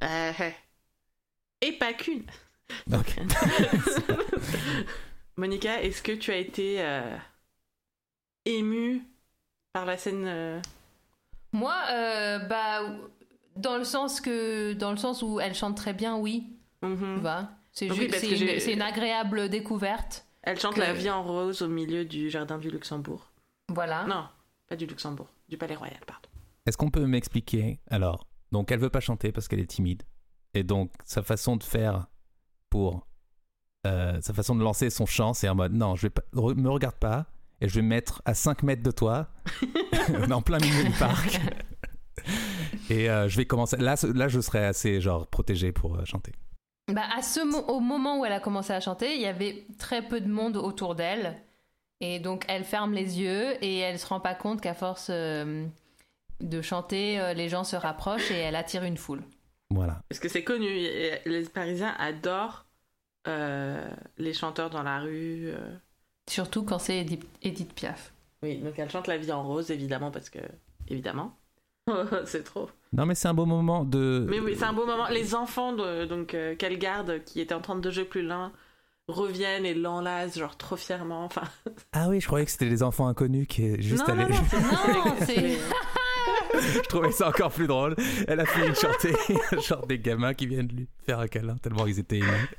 Et pas qu'une. Ok. Monica, est-ce que tu as été émue par la scène Moi, dans le sens où elle chante très bien, oui. Mm-hmm. Tu vois, c'est Oui, parce que c'est une agréable découverte. Elle chante La vie en rose au milieu du jardin du Luxembourg. Voilà. Non, pas du Luxembourg, du Palais Royal, pardon. Est-ce qu'on peut m'expliquer alors? Donc, elle veut pas chanter parce qu'elle est timide. Et donc, sa façon de faire pour sa façon de lancer son chant, c'est en mode non, je vais pas, me regarde pas et je vais me mettre à 5 mètres de toi, en plein milieu du parc. Et je vais commencer. Là, je serais assez genre protégé pour chanter. Au moment où elle a commencé à chanter, il y avait très peu de monde autour d'elle. Et donc, elle ferme les yeux et elle se rend pas compte qu'à force de chanter, les gens se rapprochent et elle attire une foule. Voilà. Parce que c'est connu, les Parisiens adorent les chanteurs dans la rue. Surtout quand c'est Edith Piaf. Oui, donc elle chante La vie en rose, évidemment, parce que... Évidemment. C'est trop. Non, mais c'est un beau moment de... Mais oui, c'est un beau moment. Les enfants qu'elle garde, qui étaient en train de jouer plus loin, reviennent et l'enlacent, genre trop fièrement. Enfin... Ah oui, je croyais que c'était les enfants inconnus qui juste allaient... Non, c'est... Je trouvais ça encore plus drôle. Elle a fini de chanter, genre des gamins qui viennent lui faire un câlin tellement ils étaient émus.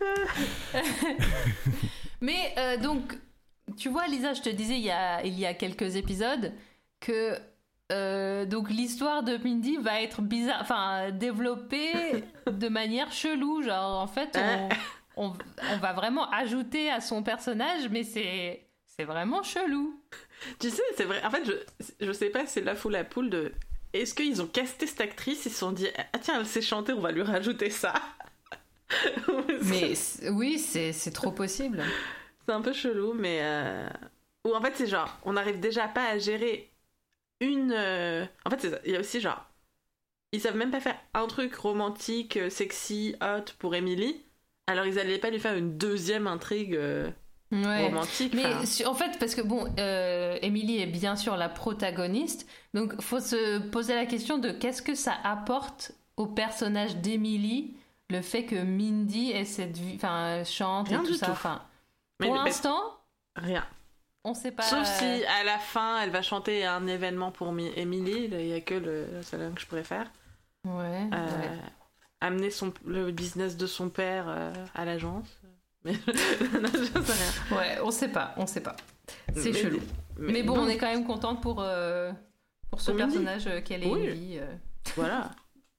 Mais donc, tu vois, Lisa, je te disais il y a quelques épisodes que donc l'histoire de Mindy va être bizarre, enfin développée de manière chelou. Genre, en fait, on va vraiment ajouter à son personnage, mais c'est vraiment chelou. Tu sais, c'est vrai. En fait, je sais pas si c'est l'œuf ou la poule de. Est-ce qu'ils ont casté cette actrice, ils se sont dit ah tiens, elle sait chanter, on va lui rajouter ça. Mais oui, c'est trop possible. C'est un peu chelou, mais ou en fait c'est genre on n'arrive déjà pas à gérer une. En fait c'est ça. Il y a aussi genre ils savent même pas faire un truc romantique, sexy, hot pour Emily. Alors ils allaient pas lui faire une deuxième intrigue. Romantique. Mais en fait, parce que bon, Emily est bien sûr la protagoniste, donc faut se poser la question de qu'est-ce que ça apporte au personnage d'Emily, le fait que Mindy ait cette vie, enfin chante rien et tout ça. Enfin, pour l'instant, rien. On sait pas. Sauf si à la fin, elle va chanter un événement pour Emily. Il y a que le seul que je pourrais faire. Ouais. Amener le business de son père à l'agence. Mais non, je sais rien. Ouais, on sait pas. C'est chelou. Mais bon, on est quand même contente pour ce personnage qu'elle est Emily. Voilà.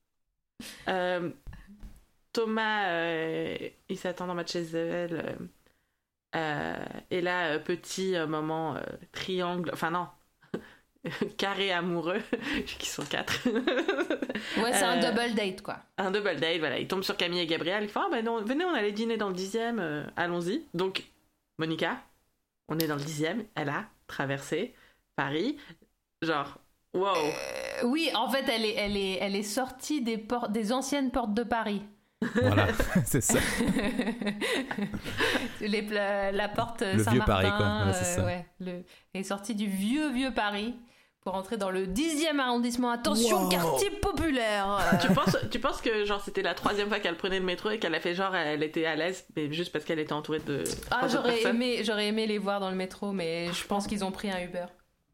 Thomas, il s'attend dans match chez elle. Et là, petit moment triangle, enfin non, carré amoureux, qui sont 4. Ouais, c'est un double date, quoi. Un double date, voilà. Il tombe sur Camille et Gabriel. Il fait ah ben non, venez, on allait dîner dans le 10e, allons-y. Donc, Monica, on est dans le 10e, elle a traversé Paris. Genre, wow. Oui, en fait, elle est sortie des anciennes portes de Paris. Voilà, c'est ça. La porte le Saint-Martin. Vieux Paris, quoi. Voilà, c'est ça. Ouais, elle est sortie du vieux Paris pour entrer dans le 10e arrondissement. Attention, quartier populaire. Tu penses que genre c'était la 3e fois qu'elle prenait le métro et qu'elle a fait genre elle était à l'aise, mais juste parce qu'elle était entourée de. Ah, j'aurais aimé les voir dans le métro, mais je pense qu'ils ont pris un Uber.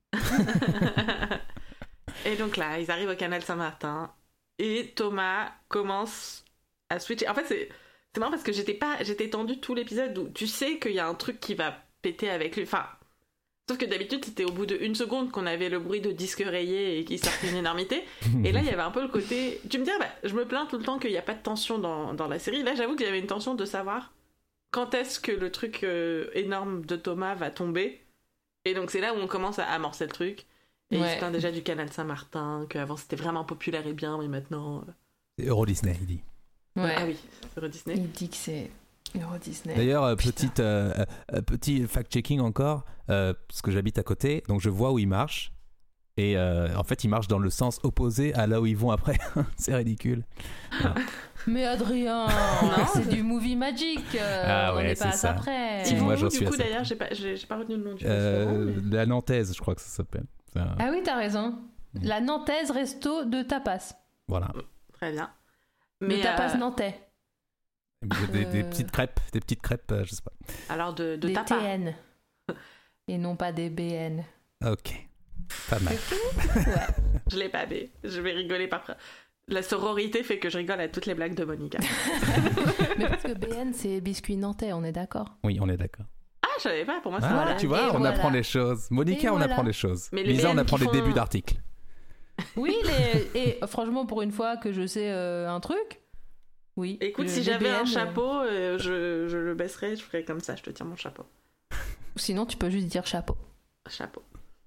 Et donc là, ils arrivent au canal Saint-Martin et Thomas commence à switcher. En fait, c'est marrant parce que j'étais tendue tout l'épisode où tu sais qu'il y a un truc qui va péter avec lui. Enfin, sauf que d'habitude, c'était au bout d'1 seconde qu'on avait le bruit de disque rayé et qu'il sortait une énormité. Et là, il y avait un peu le côté. Tu me dis, je me plains tout le temps qu'il n'y a pas de tension dans la série. Là, j'avoue qu'il y avait une tension de savoir quand est-ce que le truc énorme de Thomas va tomber. Et donc, c'est là où on commence à amorcer le truc. Et il se plaint déjà du canal Saint-Martin, qu'avant c'était vraiment populaire et bien, mais maintenant. C'est Euro Disney, il dit. Ouais. Ah oui, Euro Disney. Il dit que c'est Euro Disney. D'ailleurs, petit fact-checking encore, parce que j'habite à côté, donc je vois où ils marchent. Et en fait, ils marchent dans le sens opposé à là où ils vont après. C'est ridicule. Mais Adrien, c'est du movie magic. On n'est pas à ça près. Ils vont moi, où, j'en du suis coup, à ça. d'ailleurs, j'ai pas retenu le nom du restaurant. La Nantaise, je crois que ça s'appelle. Ah oui, t'as raison. La Nantaise resto de tapas. Voilà. Très bien. Mais tapas nantais. Des petites crêpes, je sais pas. Alors de des tapas. TN. Et non pas des BN. Ok. Pas mal. Ouais. Je l'ai pas bé. Je vais rigoler par. La sororité fait que je rigole à toutes les blagues de Monica. Mais parce que BN, c'est biscuit nantais, on est d'accord? Oui, on est d'accord. Ah, je savais pas, pour moi, c'est voilà. Tu vois, on apprend les choses. Monica, on apprend les choses. Mais Lisa, on apprend les font... débuts d'articles. Oui, et franchement, pour une fois que je sais un truc, oui. Écoute, si j'avais un chapeau, je le baisserais, je ferais comme ça, je te tiens mon chapeau. Sinon, tu peux juste dire chapeau. Chapeau.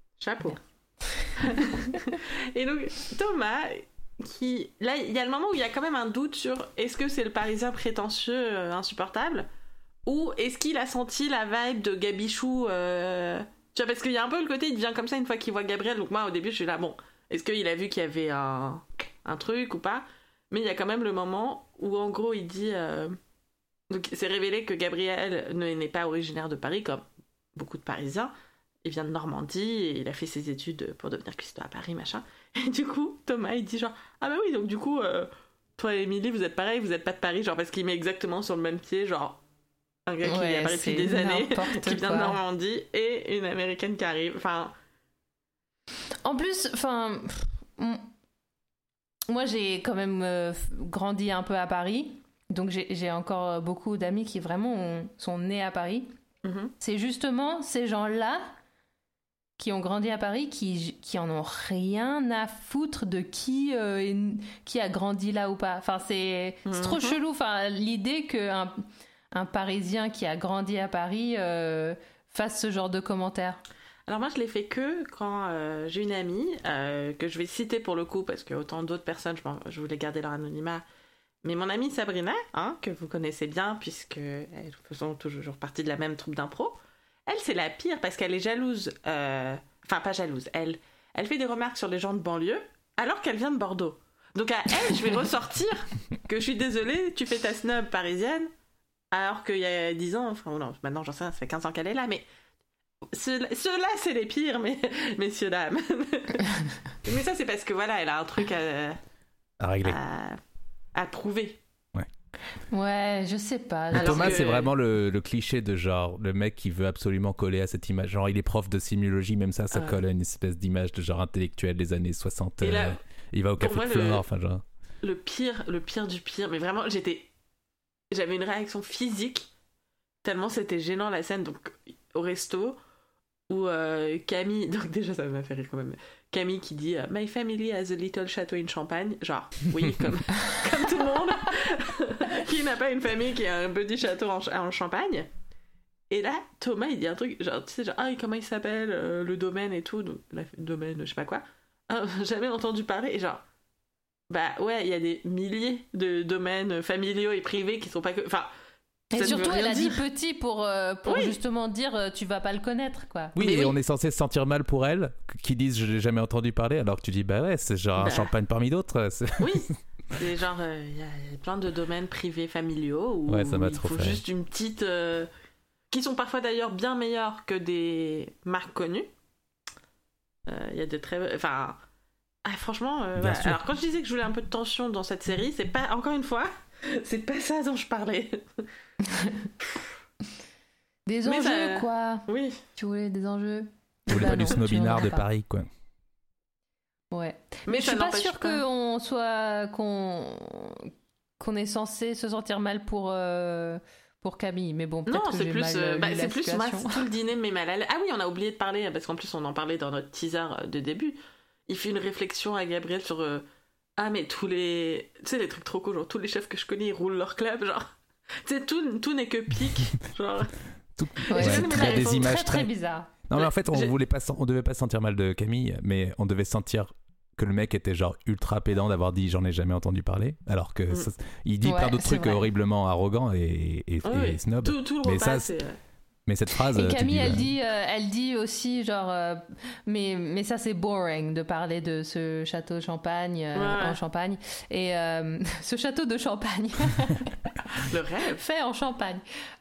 Et donc, Thomas... Là, il y a le moment où il y a quand même un doute sur est-ce que c'est le Parisien prétentieux insupportable ou est-ce qu'il a senti la vibe de Gabichou tu vois, parce qu'il y a un peu le côté il devient comme ça une fois qu'il voit Gabriel. Donc moi au début je suis là, bon, est-ce qu'il a vu qu'il y avait un truc ou pas? Mais il y a quand même le moment où en gros il dit donc c'est révélé que Gabriel n'est pas originaire de Paris comme beaucoup de Parisiens. Il vient de Normandie et il a fait ses études pour devenir cuistot à Paris, machin. Et du coup, Thomas, il dit genre, ah bah oui, donc du coup, toi et Émilie, vous êtes pareil, vous êtes pas de Paris, genre parce qu'il met exactement sur le même pied, genre, un gars qui est à Paris depuis des années, qui vient de Normandie, et une Américaine qui arrive, enfin... En plus, enfin... moi, j'ai quand même grandi un peu à Paris. Donc, j'ai encore beaucoup d'amis qui vraiment sont nés à Paris. C'est justement ces gens-là qui ont grandi à Paris qui en ont rien à foutre de qui a grandi là ou pas. Enfin, c'est trop chelou. Enfin, l'idée qu'un Parisien qui a grandi à Paris fasse ce genre de commentaires. Alors moi, je l'ai fait que quand j'ai une amie que je vais citer pour le coup, parce que autant d'autres personnes, je voulais garder leur anonymat. Mais mon amie Sabrina, que vous connaissez bien, puisqu'elles font toujours partie de la même troupe d'impro, elle, c'est la pire, parce qu'elle est jalouse. Enfin, pas jalouse. Elle fait des remarques sur les gens de banlieue, alors qu'elle vient de Bordeaux. Donc à elle, je vais ressortir que je suis désolée, tu fais ta snob parisienne, alors qu'il y a 10 ans, enfin non, maintenant j'en sais rien, ça fait 15 ans qu'elle est là, mais ceux-là, c'est les pires, messieurs, dames. Mais ça, c'est parce que voilà, elle a un truc à régler. À prouver. Ouais, je sais pas. Thomas, c'est vraiment le cliché de genre le mec qui veut absolument coller à cette image. Genre, il est prof de sémiologie, même ça colle à une espèce d'image de genre intellectuel des années 60. Et là, il va au café de Flore, enfin genre. Le pire du pire, mais vraiment, j'avais une réaction physique tellement c'était gênant la scène. Donc, au resto, où Camille, donc déjà ça m'a fait rire quand même. Camille qui dit My family has a little château in Champagne. Genre, oui, comme tout le monde. Qui n'a pas une famille qui a un petit château en Champagne. Et là, Thomas, il dit un truc, genre, tu sais, genre, comment il s'appelle, le domaine et tout. Donc, le domaine, je sais pas quoi. Jamais entendu parler. Et genre, bah ouais, il y a des milliers de domaines familiaux et privés qui sont pas que. Enfin. Et surtout, elle a dit petit pour justement dire tu vas pas le connaître, quoi. Oui, et on est censé se sentir mal pour elle, qui disent je l'ai jamais entendu parler, alors que tu dis bah ouais, c'est genre un Champagne parmi d'autres. Oui, c'est genre il y a plein de domaines privés familiaux où ça m'a il trop faut fait. Juste une petite. Qui sont parfois d'ailleurs bien meilleures que des marques connues. Il y a de très. Enfin. Franchement, voilà. Alors quand je disais que je voulais un peu de tension dans cette série, c'est pas. Encore une fois. C'est pas ça dont je parlais. Des enjeux, quoi. Oui. Tu voulais des enjeux. Tu voulais pas du snobinard de Paris, quoi. Ouais. Mais je suis pas sûre qu'on est censé se sentir mal pour Camille. Mais bon, peut-être que j'ai mal lu c'est la plus situation. moi, tout le dîner me met mal à l'aise. Ah oui, on a oublié de parler, parce qu'en plus on en parlait dans notre teaser de début. Il fait une réflexion à Gabriel sur... mais tous les... Tu sais, les trucs trop cool, genre tous les chefs que je connais, ils roulent leur club, genre... Tu sais, tout n'est que pique, genre... C'est des images très bizarres. Non, mais en fait, on devait pas se sentir mal de Camille, mais on devait sentir que le mec était genre ultra pédant d'avoir dit j'en ai jamais entendu parler, alors que il dit plein d'autres trucs horriblement arrogants et snob. Tout le repas, c'est... Mais cette phrase... Et Camille, elle dit aussi, genre, mais ça c'est boring de parler de ce château de Champagne en Champagne. Et ce château de Champagne. Le rêve. Fait en Champagne.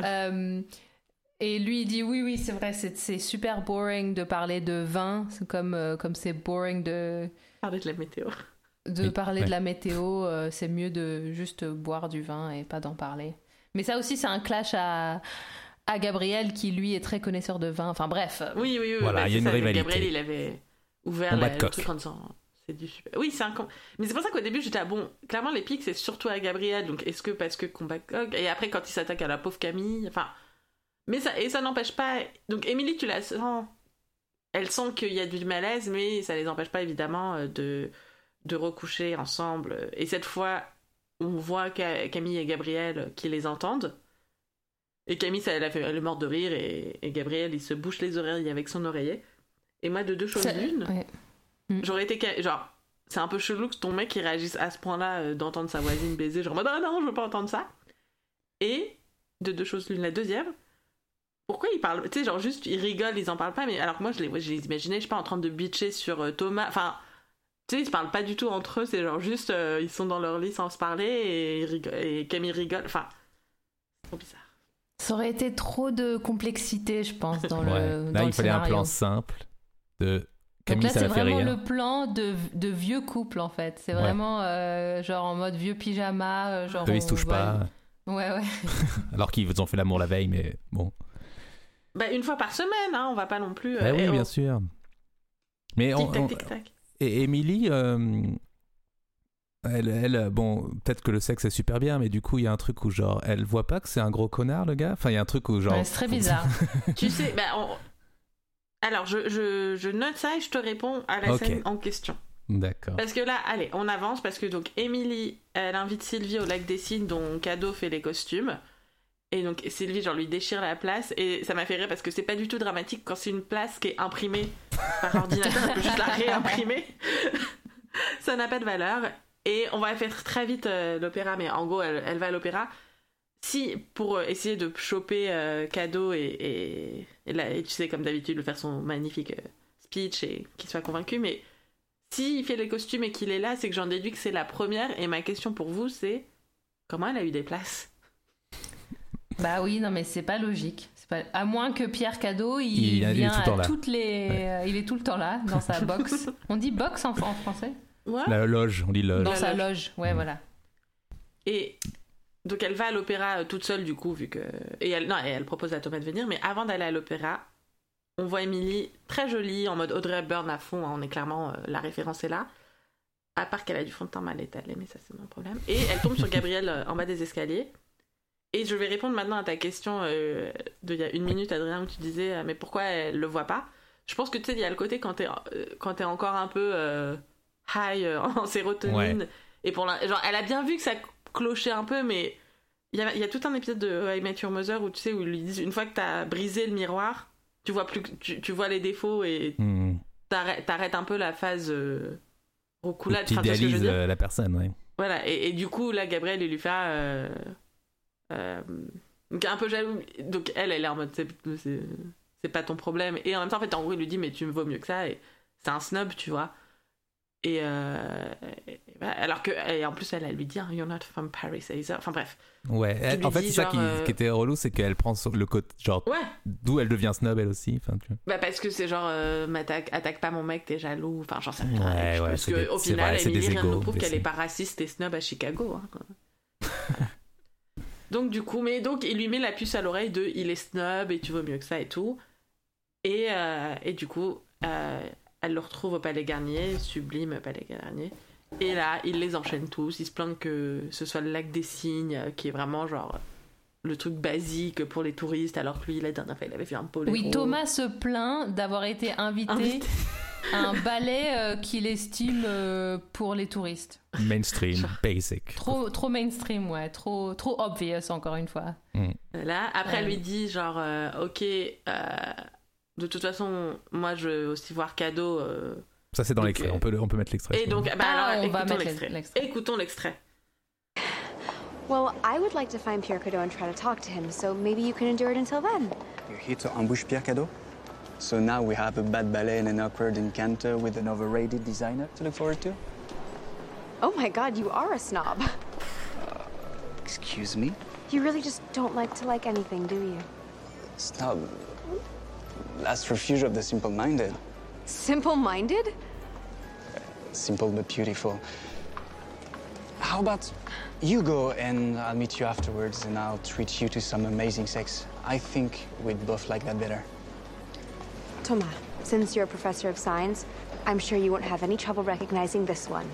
Et lui, il dit oui, c'est vrai, c'est super boring de parler de vin, c'est comme c'est boring de... Parler de la météo. Parler de la météo, c'est mieux de juste boire du vin et pas d'en parler. Mais ça aussi, c'est un clash à Gabriel qui lui est très connaisseur de vin. Enfin bref. Oui. Voilà, il y a une rivalité. Gabriel, il avait ouvert le truc en disant c'est du super. Oui, c'est un mais c'est pour ça qu'au début j'étais clairement les pics c'est surtout à Gabriel. Donc est-ce que parce que combat coq et après quand il s'attaque à la pauvre Camille, enfin mais ça n'empêche pas. Donc Émilie, tu la sens, elle sent qu'il y a du malaise, mais ça les empêche pas évidemment de recoucher ensemble. Et cette fois, on voit Camille et Gabriel qui les entendent. Et Camille, elle est morte de rire, et Gabriel, il se bouche les oreilles avec son oreiller. Et moi, de deux choses l'une, j'aurais été... Genre, c'est un peu chelou que ton mec, il réagisse à ce point-là d'entendre sa voisine baiser, genre, non, je veux pas entendre ça. Et, de deux choses l'une, la deuxième, pourquoi ils parlent... Tu sais, genre, juste, ils rigolent, ils en parlent pas, mais alors que moi, je les imaginais, je sais pas, en train de bitcher sur Thomas... Enfin, tu sais, ils se parlent pas du tout entre eux, c'est genre juste, ils sont dans leur lit sans se parler, et Camille rigole, enfin, c'est trop bizarre. Ça aurait été trop de complexité, je pense, dans le Là, il fallait scénario. un plan simple de Camille, donc là, ça la fait rire. c'est vraiment le plan de vieux couple, en fait. C'est vraiment genre en mode vieux pyjama. Genre ils se touchent pas. Ouais. Alors qu'ils ont fait l'amour la veille, mais bon. Bah, une fois par semaine, hein, on va pas non plus... oui, bien sûr. Mais tic-tac, tic-tac. Et Émilie... Bon, peut-être que le sexe est super bien, mais du coup, il y a un truc où, genre, elle voit pas que c'est un gros connard, le gars. Enfin, il y a un truc où, genre. Ouais, c'est très bizarre. Tu sais, alors, je note ça et je te réponds à la scène en question. D'accord. Parce que là, allez, on avance, parce que donc, Emily, elle invite Sylvie au lac des Cygnes, dont Cadeau fait les costumes. Et donc, Sylvie, genre, lui déchire la place. Et ça m'a fait rire parce que c'est pas du tout dramatique quand c'est une place qui est imprimée par ordinateur. Elle peut juste la réimprimer. Ça n'a pas de valeur. Et on va faire très vite l'opéra, mais en gros, elle va à l'opéra. Si, pour essayer de choper Cadeau et tu sais, comme d'habitude, de faire son magnifique speech et qu'il soit convaincu, mais s'il fait les costumes et qu'il est là, c'est que j'en déduis que c'est la première. Et ma question pour vous, c'est comment elle a eu des places ? Bah oui, non mais c'est pas logique. À moins que Pierre Cadeau, il vient à toutes les... il est tout le temps là, dans sa box. On dit box en français ? Ouais. La loge, on dit loge. Dans sa loge, ouais, voilà. Et donc elle va à l'opéra toute seule, du coup, vu que... Et elle propose à Thomas de venir, mais avant d'aller à l'opéra, on voit Emily très jolie, en mode Audrey Hepburn à fond, hein, on est clairement... la référence est là. À part qu'elle a du fond de teint mal étalé, mais ça c'est mon problème. Et elle tombe sur Gabriel en bas des escaliers. Et je vais répondre maintenant à ta question d'il y a une minute, Adrien, où tu disais mais pourquoi elle le voit pas ? Je pense que tu sais, il y a le côté quand t'es encore un peu high en sérotonine. Ouais. Et genre, elle a bien vu que ça clochait un peu, mais il y a tout un épisode de I Met Your Mother où tu sais, où ils lui disent une fois que t'as brisé le miroir, tu vois plus, tu vois les défauts et t'arrêtes un peu la phase roucoulade. Tu idéalises la personne, ouais. Voilà, et du coup, là, Gabriel, il lui fait donc un peu jaloux. Donc elle est en mode c'est pas ton problème. Et en même temps, en fait, en gros, il lui dit mais tu me vaux mieux que ça. Et c'est un snob, tu vois. Et alors que, et en plus, elle lui dit you're not from Paris, either. Enfin bref. Ouais, en fait, c'est ça qui était relou, c'est qu'elle prend le côté, genre, d'où elle devient snob elle aussi. Enfin, tu vois. Bah, parce que c'est genre, attaque pas mon mec, t'es jaloux. Enfin, j'en sais rien. Ouais, parce qu'au final, Emily rien ne nous prouve qu'elle est pas raciste et snob à Chicago. Hein. Voilà. Donc, du coup, il lui met la puce à l'oreille de il est snob et tu vaux mieux que ça et tout. Et du coup, elle le retrouve au Palais Garnier, sublime Palais Garnier. Et là, il les enchaîne tous. Il se plaint que ce soit le lac des Cygnes, qui est vraiment genre le truc basique pour les touristes, alors que lui, la dernière fois, il avait fait un poléro. Oui, Thomas se plaint d'avoir été invité à un ballet qu'il estime pour les touristes. Mainstream, basic. Trop mainstream, ouais. Trop obvious, encore une fois. Là, après, elle lui dit genre, ok, de toute façon, moi, je veux aussi voir Cadeau. Ça, c'est dans l'extrait. On peut mettre l'extrait. Et donc, alors, on va mettre l'extrait. Écoutons l'extrait. Well, I would like to find Pierre Cadeau and try to talk to him, so maybe you can endure it until then. You're here to ambush Pierre Cadeau? So now we have a bad ballet and an awkward encounter with an overrated designer to look forward to? Oh my god, you are a snob. Excuse me? You really just don't like to like anything, do you? Snob. Last refuge of the simple-minded. Simple-minded? Simple but beautiful. How about you go and I'll meet you afterwards and I'll treat you to some amazing sex. I think we'd both like that better. Thomas, since you're a professor of science, I'm sure you won't have any trouble recognizing this one.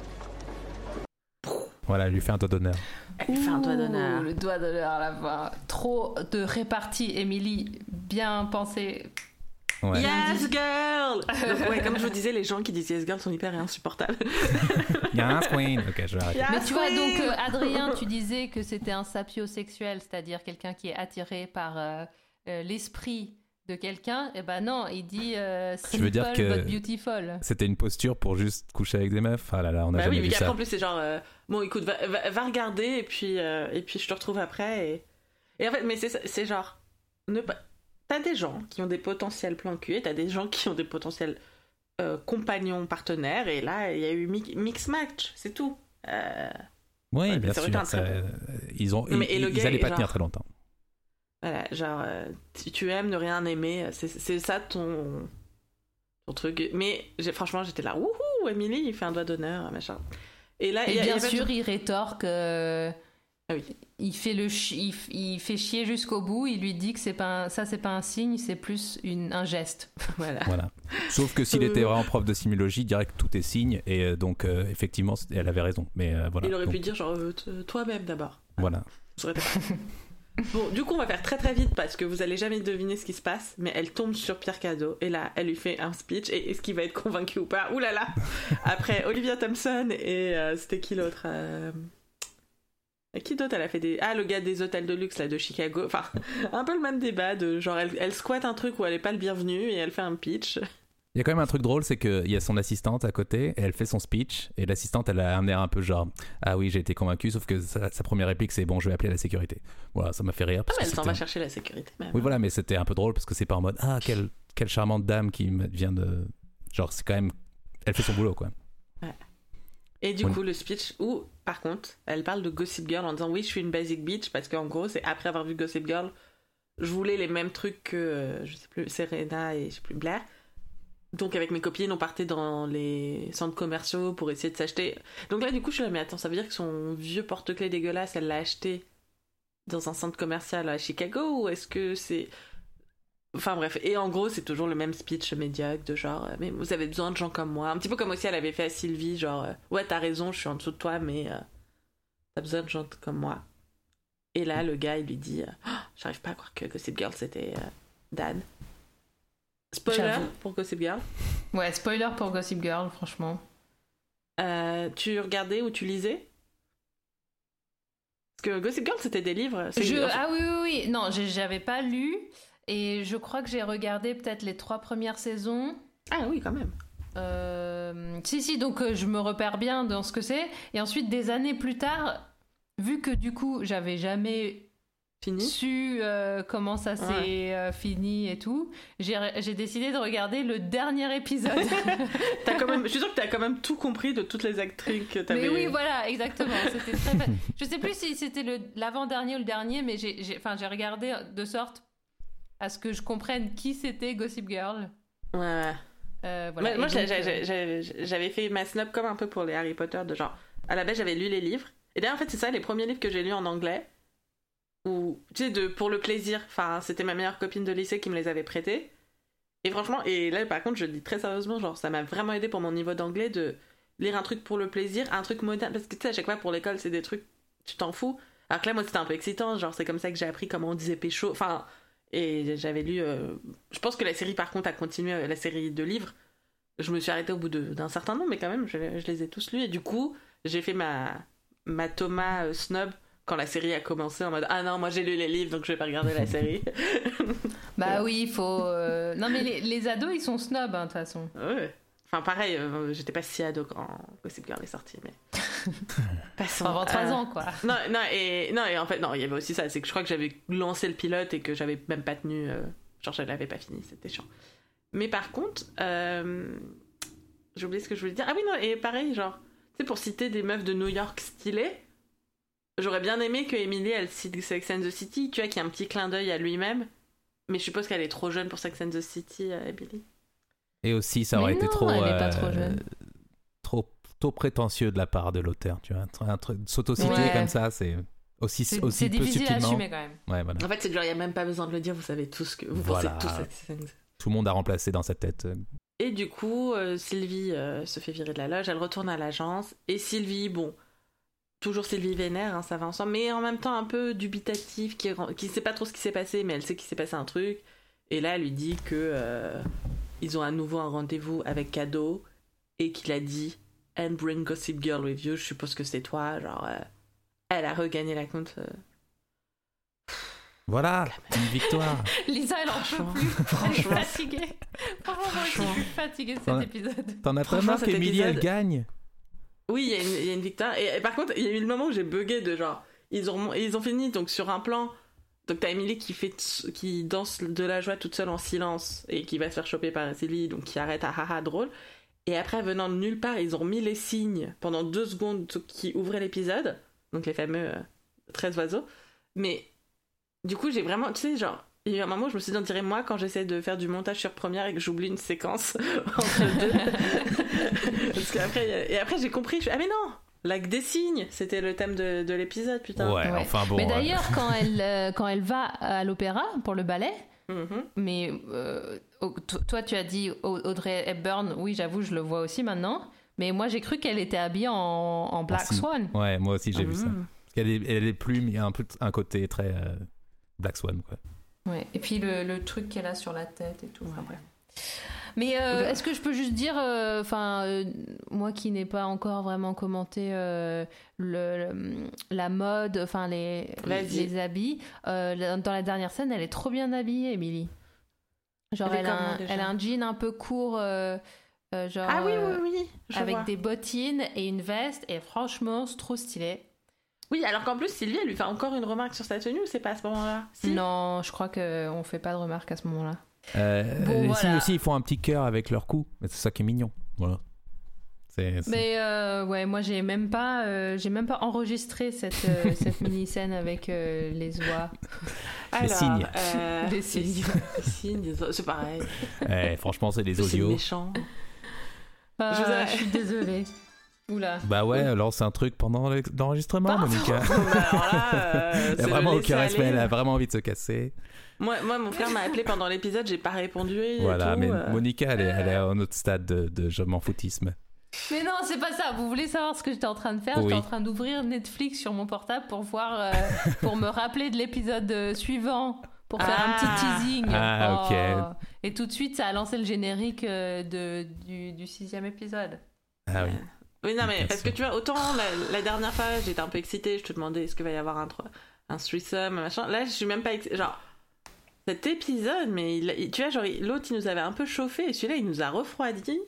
Voilà, elle lui fait un doigt d'honneur. Elle lui fait un doigt d'honneur. Le doigt d'honneur à la fin. Trop de répartie, Emily. Bien pensé. Ouais. Yes, girl! Donc, ouais, comme je vous disais, les gens qui disent yes, girl sont hyper insupportables. Yes, queen! Ok, je vais arrêter. Mais tu vois, donc, Adrien, tu disais que c'était un sapiosexuel, c'est-à-dire quelqu'un qui est attiré par l'esprit de quelqu'un. Et ben non, il dit simple veux dire que but beautiful. C'était une posture pour juste coucher avec des meufs? Ah là là, on a jamais vu ça. En plus, c'est genre, bon, écoute, va regarder et puis je te retrouve après. Et en fait, mais c'est genre, t'as des gens qui ont des potentiels plans cul et t'as des gens qui ont des potentiels compagnons, partenaires, et là, il y a eu mix match, c'est tout. Oui, bien sûr. Ils allaient pas tenir très longtemps. Voilà, genre, si tu aimes ne rien aimer, c'est ça ton truc. Mais franchement, j'étais là, wouhou, Emily, il fait un doigt d'honneur, machin. Et là, bien sûr, il rétorque Ah oui. Il fait chier jusqu'au bout. Il lui dit que c'est pas un signe, c'est plus un geste. Voilà. Sauf que s'il était vraiment prof de sémiologie, il dirait que tout est signe et donc effectivement, elle avait raison. Mais voilà. Il aurait pu dire genre toi-même d'abord. Voilà. Ça aurait été... Bon, du coup, on va faire très très vite parce que vous allez jamais deviner ce qui se passe. Mais elle tombe sur Pierre Cadeau et là, elle lui fait un speech. Et est-ce qu'il va être convaincu ou pas? Ouh là là. Après Olivia Thompson et c'était qui l'autre? Qui d'autre elle a fait le gars des hôtels de luxe là de Chicago. Enfin, un peu le même débat de genre elle squatte un truc où elle est pas le bienvenu et elle fait un pitch. Il y a quand même un truc drôle, c'est qu'il y a son assistante à côté et elle fait son speech et l'assistante elle a un air un peu genre ah oui j'ai été convaincue, sauf que sa première réplique c'est bon je vais appeler la sécurité. Voilà, ça m'a fait rire. Mais elle s'en va chercher la sécurité même. Oui voilà, mais c'était un peu drôle parce que c'est pas en mode ah quelle charmante dame qui vient de... Genre c'est quand même... Elle fait son boulot quoi. Ouais. Et du coup le speech où par contre elle parle de Gossip Girl en disant oui je suis une basic bitch parce qu'en gros c'est après avoir vu Gossip Girl je voulais les mêmes trucs que je sais plus Serena et je sais plus Blair. Donc avec mes copines on partait dans les centres commerciaux pour essayer de s'acheter. Donc là du coup je suis là mais attends ça veut dire que son vieux porte-clés dégueulasse elle l'a acheté dans un centre commercial à Chicago ou est-ce que c'est... Enfin bref, et en gros c'est toujours le même speech médiocre de genre mais vous avez besoin de gens comme moi, un petit peu comme aussi elle avait fait à Sylvie genre ouais t'as raison je suis en dessous de toi mais t'as besoin de gens comme moi. Et là le gars il lui dit j'arrive pas à croire que Gossip Girl c'était Dan. Spoiler pour Gossip Girl. Ouais, spoiler pour Gossip Girl franchement. Tu regardais ou tu lisais? Parce que Gossip Girl c'était des livres. Ah oui non j'avais pas lu. Et je crois que j'ai regardé peut-être les 3 premières saisons. Ah oui, quand même. Si, donc je me repère bien dans ce que c'est. Et ensuite, des années plus tard, vu que du coup, j'avais jamais su comment ça s'est fini et tout, j'ai décidé de regarder le dernier épisode. Je suis sûre que t'as quand même tout compris de toutes les actrices que t'avais... Mais oui, voilà, exactement. C'était très... Je sais plus si c'était l'avant-dernier ou le dernier, mais j'ai regardé de sorte à ce que je comprenne qui c'était Gossip Girl. Ouais. Voilà. Moi, j'avais fait ma snob comme un peu pour les Harry Potter, de genre, à la base, j'avais lu les livres. Et d'ailleurs, en fait, c'est ça, les premiers livres que j'ai lus en anglais, où, tu sais, pour le plaisir, enfin, c'était ma meilleure copine de lycée qui me les avait prêtés. Et franchement, et là, par contre, je le dis très sérieusement, genre, ça m'a vraiment aidé pour mon niveau d'anglais de lire un truc pour le plaisir, un truc moderne, parce que tu sais, à chaque fois, pour l'école, c'est des trucs, tu t'en fous. Alors que là, moi, c'était un peu excitant, genre, c'est comme ça que j'ai appris comment on disait pécho, enfin... Et j'avais lu... je pense que la série, par contre, a continué, la série de livres. Je me suis arrêtée au bout d'un certain nombre, mais quand même, je les ai tous lus. Et du coup, j'ai fait ma Thomas snob quand la série a commencé, en mode « Ah non, moi j'ai lu les livres, donc je vais pas regarder la série. » Bah oui, il faut... Non, mais les ados, ils sont snobs, de toute façon. Ouais. Enfin, pareil, j'étais pas si ado quand Gossip Girl est sorti, mais... Passons. Avant 3 ans, quoi. Non, et en fait, non, il y avait aussi ça, c'est que je crois que j'avais lancé le pilote et que j'avais même pas tenu... genre, je l'avais pas fini, c'était chiant. Mais par contre, j'ai oublié ce que je voulais dire. Ah oui, non, et pareil, genre, tu sais, pour citer des meufs de New York stylées, j'aurais bien aimé que Emily, elle cite Sex and the City, tu vois, qu'il y a un petit clin d'œil à lui-même, mais je suppose qu'elle est trop jeune pour Sex and the City, Emily. Et aussi, ça aurait été trop... elle est pas trop jeune. Trop prétentieux de la part de l'auteur, tu vois. Un truc s'autociter comme ça, c'est aussi c'est peu difficile subtilement. à assumer quand même. Ouais, voilà. En fait, c'est genre, il n'y a même pas besoin de le dire, vous savez tous que... Vous pensez tous à Sex. Tout le monde a remplacé dans sa tête. Et du coup, Sylvie se fait virer de la loge, elle retourne à l'agence, et Sylvie, bon... Toujours Sylvie vénère, hein, ça va ensemble, mais en même temps un peu dubitative, qui sait pas trop ce qui s'est passé, mais elle sait qu'il s'est passé un truc. Et là, elle lui dit que ils ont à nouveau un rendez-vous avec Cadeau, et qu'il a dit « And bring Gossip Girl with you », je suppose que c'est toi, genre... elle a regagné la compte. Voilà, une victoire. Lisa, elle en peut plus. Elle est fatiguée. Franchement, moi, je suis fatiguée de cet épisode. T'en as pas marre qu'Emily, elle gagne? Oui, il y a une victoire. Et par contre, il y a eu le moment où j'ai bugué de genre... Ils ont fini donc sur un plan... Donc t'as Emily qui danse de la joie toute seule en silence et qui va se faire choper par Sylvie, donc qui arrête à haha drôle. Et après, venant de nulle part, ils ont mis les signes pendant 2 secondes qui ouvraient l'épisode. Donc les fameux 13 oiseaux. Mais du coup, j'ai vraiment... Tu sais, genre... Il y a eu un moment où je me suis dit, on dirait moi quand j'essaie de faire du montage sur Première et que j'oublie une séquence entre deux. Parce qu'après, j'ai compris, ah mais non, Lac des Cygnes, c'était le thème de l'épisode, putain. Ouais, enfin bon. Mais d'ailleurs, quand elle va à l'opéra pour le ballet, mais toi tu as dit Audrey Hepburn, oui j'avoue je le vois aussi maintenant, mais moi j'ai cru qu'elle était habillée en Black Swan. Ouais, moi aussi j'ai vu ça. Parce qu'elle est plume, il y a un côté très Black Swan, quoi. Ouais, et puis le truc qu'elle a sur la tête et tout, enfin bref. Mais est-ce que je peux juste dire, moi qui n'ai pas encore vraiment commenté la mode, enfin les habits, dans la dernière scène, elle est trop bien habillée, Emily. Genre elle a un jean un peu court, genre oui, avec des bottines et une veste, et franchement, c'est trop stylé. Oui, alors qu'en plus, Sylvie, elle lui fait encore une remarque sur sa tenue, ou c'est pas à ce moment-là? Si. Non, je crois qu'on fait pas de remarque à ce moment-là. Les signes aussi, ils font un petit cœur avec leur cou, mais c'est ça qui est mignon. Voilà. Mais ouais, moi j'ai même pas enregistré cette mini scène avec les oies. Les signes. Les signes. Les signes, c'est pareil. Franchement, c'est des audios. C'est méchant. Je suis désolée. Oula. Bah ouais, lance un truc pendant l'enregistrement, Monica. Alors là, elle a vraiment aucun respect, elle a vraiment envie de se casser. Moi, mon frère m'a appelé pendant l'épisode, j'ai pas répondu. Voilà, tout, mais Monica, elle est à un autre stade de je m'en foutisme. Mais non, c'est pas ça. Vous voulez savoir ce que j'étais en train de faire? J'étais en train d'ouvrir Netflix sur mon portable pour voir, pour me rappeler de l'épisode suivant, pour faire un petit teasing. Ok. Et tout de suite, ça a lancé le générique du 6e épisode. Ah oui. Oui, non, mais parce que tu vois, autant la dernière fois, j'étais un peu excitée, je te demandais est-ce qu'il va y avoir un threesome, machin. Là, je suis même pas excitée. Genre, cet épisode, mais tu vois, genre, l'autre, il nous avait un peu chauffé, et celui-là, il nous a refroidi.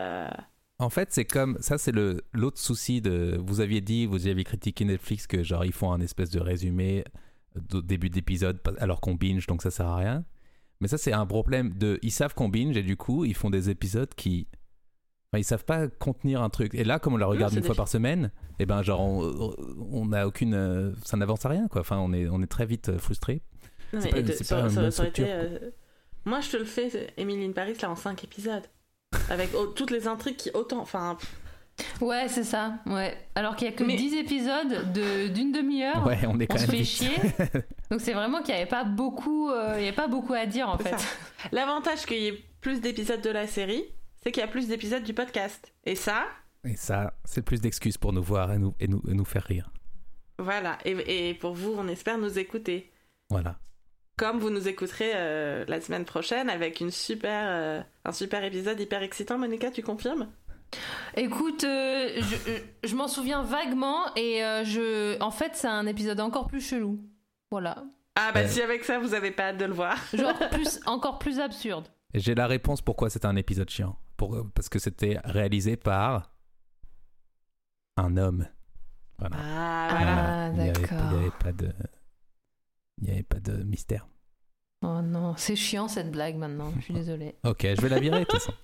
En fait, c'est comme ça, c'est l'autre souci de. Vous aviez critiqué Netflix que genre ils font un espèce de résumé au début d'épisode alors qu'on binge, donc ça sert à rien. Mais ça, c'est un problème ils savent qu'on binge et du coup, ils font des épisodes qui. Enfin, ils savent pas contenir un truc. Et là, comme on la regarde une fois par semaine, et ben genre on n'a aucune. Ça n'avance à rien, quoi. Enfin, on est très vite frustré. Ça aurait été. Moi, je te le fais, Emily in Paris, là, en 5 épisodes. Avec toutes les intrigues qui autant. Enfin. Ouais, c'est ça. Ouais. Alors qu'il y a que 10 épisodes d'une demi-heure. Ouais, on est quand même. Se fait chier. Donc c'est vraiment qu'il n'y avait pas beaucoup, à dire en fait. L'avantage qu'il y ait plus d'épisodes de la série, c'est qu'il y a plus d'épisodes du podcast. Et ça, c'est plus d'excuses pour nous voir et nous faire rire. Voilà. Et pour vous, on espère nous écouter. Voilà. Comme vous nous écouterez la semaine prochaine avec un super épisode hyper excitant. Monica, tu confirmes? Écoute, je m'en souviens vaguement et en fait, c'est un épisode encore plus chelou. Voilà. Ah bah si avec ça, vous avez pas hâte de le voir. Genre encore plus absurde. Et j'ai la réponse pourquoi c'était un épisode chiant. Parce que c'était réalisé par un homme. Voilà. Ah, d'accord. Il n'y avait pas de mystère. Oh non, c'est chiant cette blague maintenant, je suis désolée. Ok, je vais la virer de toute façon.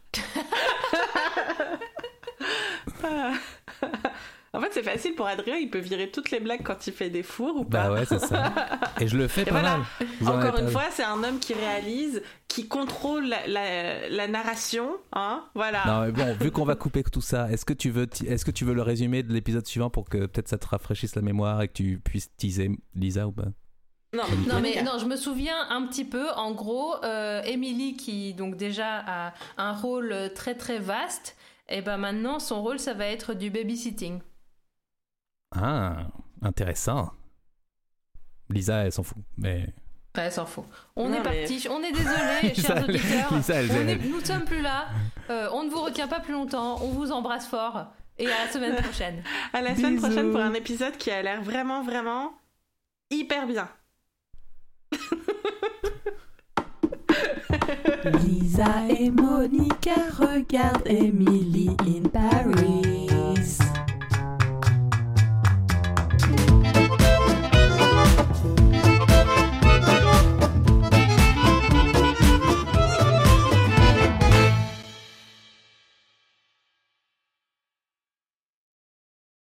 En fait, c'est facile pour Adrien, il peut virer toutes les blagues quand il fait des fours ou pas. Bah ouais, c'est ça. Et je le fais pas mal. Encore une fois, c'est un homme qui réalise, qui contrôle la narration, hein, voilà. Non, mais bon, vu qu'on va couper tout ça, est-ce que tu veux le résumé de l'épisode suivant pour que peut-être ça te rafraîchisse la mémoire et que tu puisses teaser Lisa ou pas? Non, je me souviens un petit peu. En gros, Emily qui donc déjà a un rôle très très vaste, et ben maintenant son rôle ça va être du babysitting. Ah, intéressant. Lisa, elle s'en fout, mais. Elle s'en fout. On est parti. On est désolé, chers auditeurs. Nous sommes plus là. On ne vous retient pas plus longtemps. On vous embrasse fort. Et à la semaine prochaine. À la semaine prochaine pour un épisode qui a l'air vraiment, vraiment hyper bien. Lisa et Monica regardent Emily in Paris.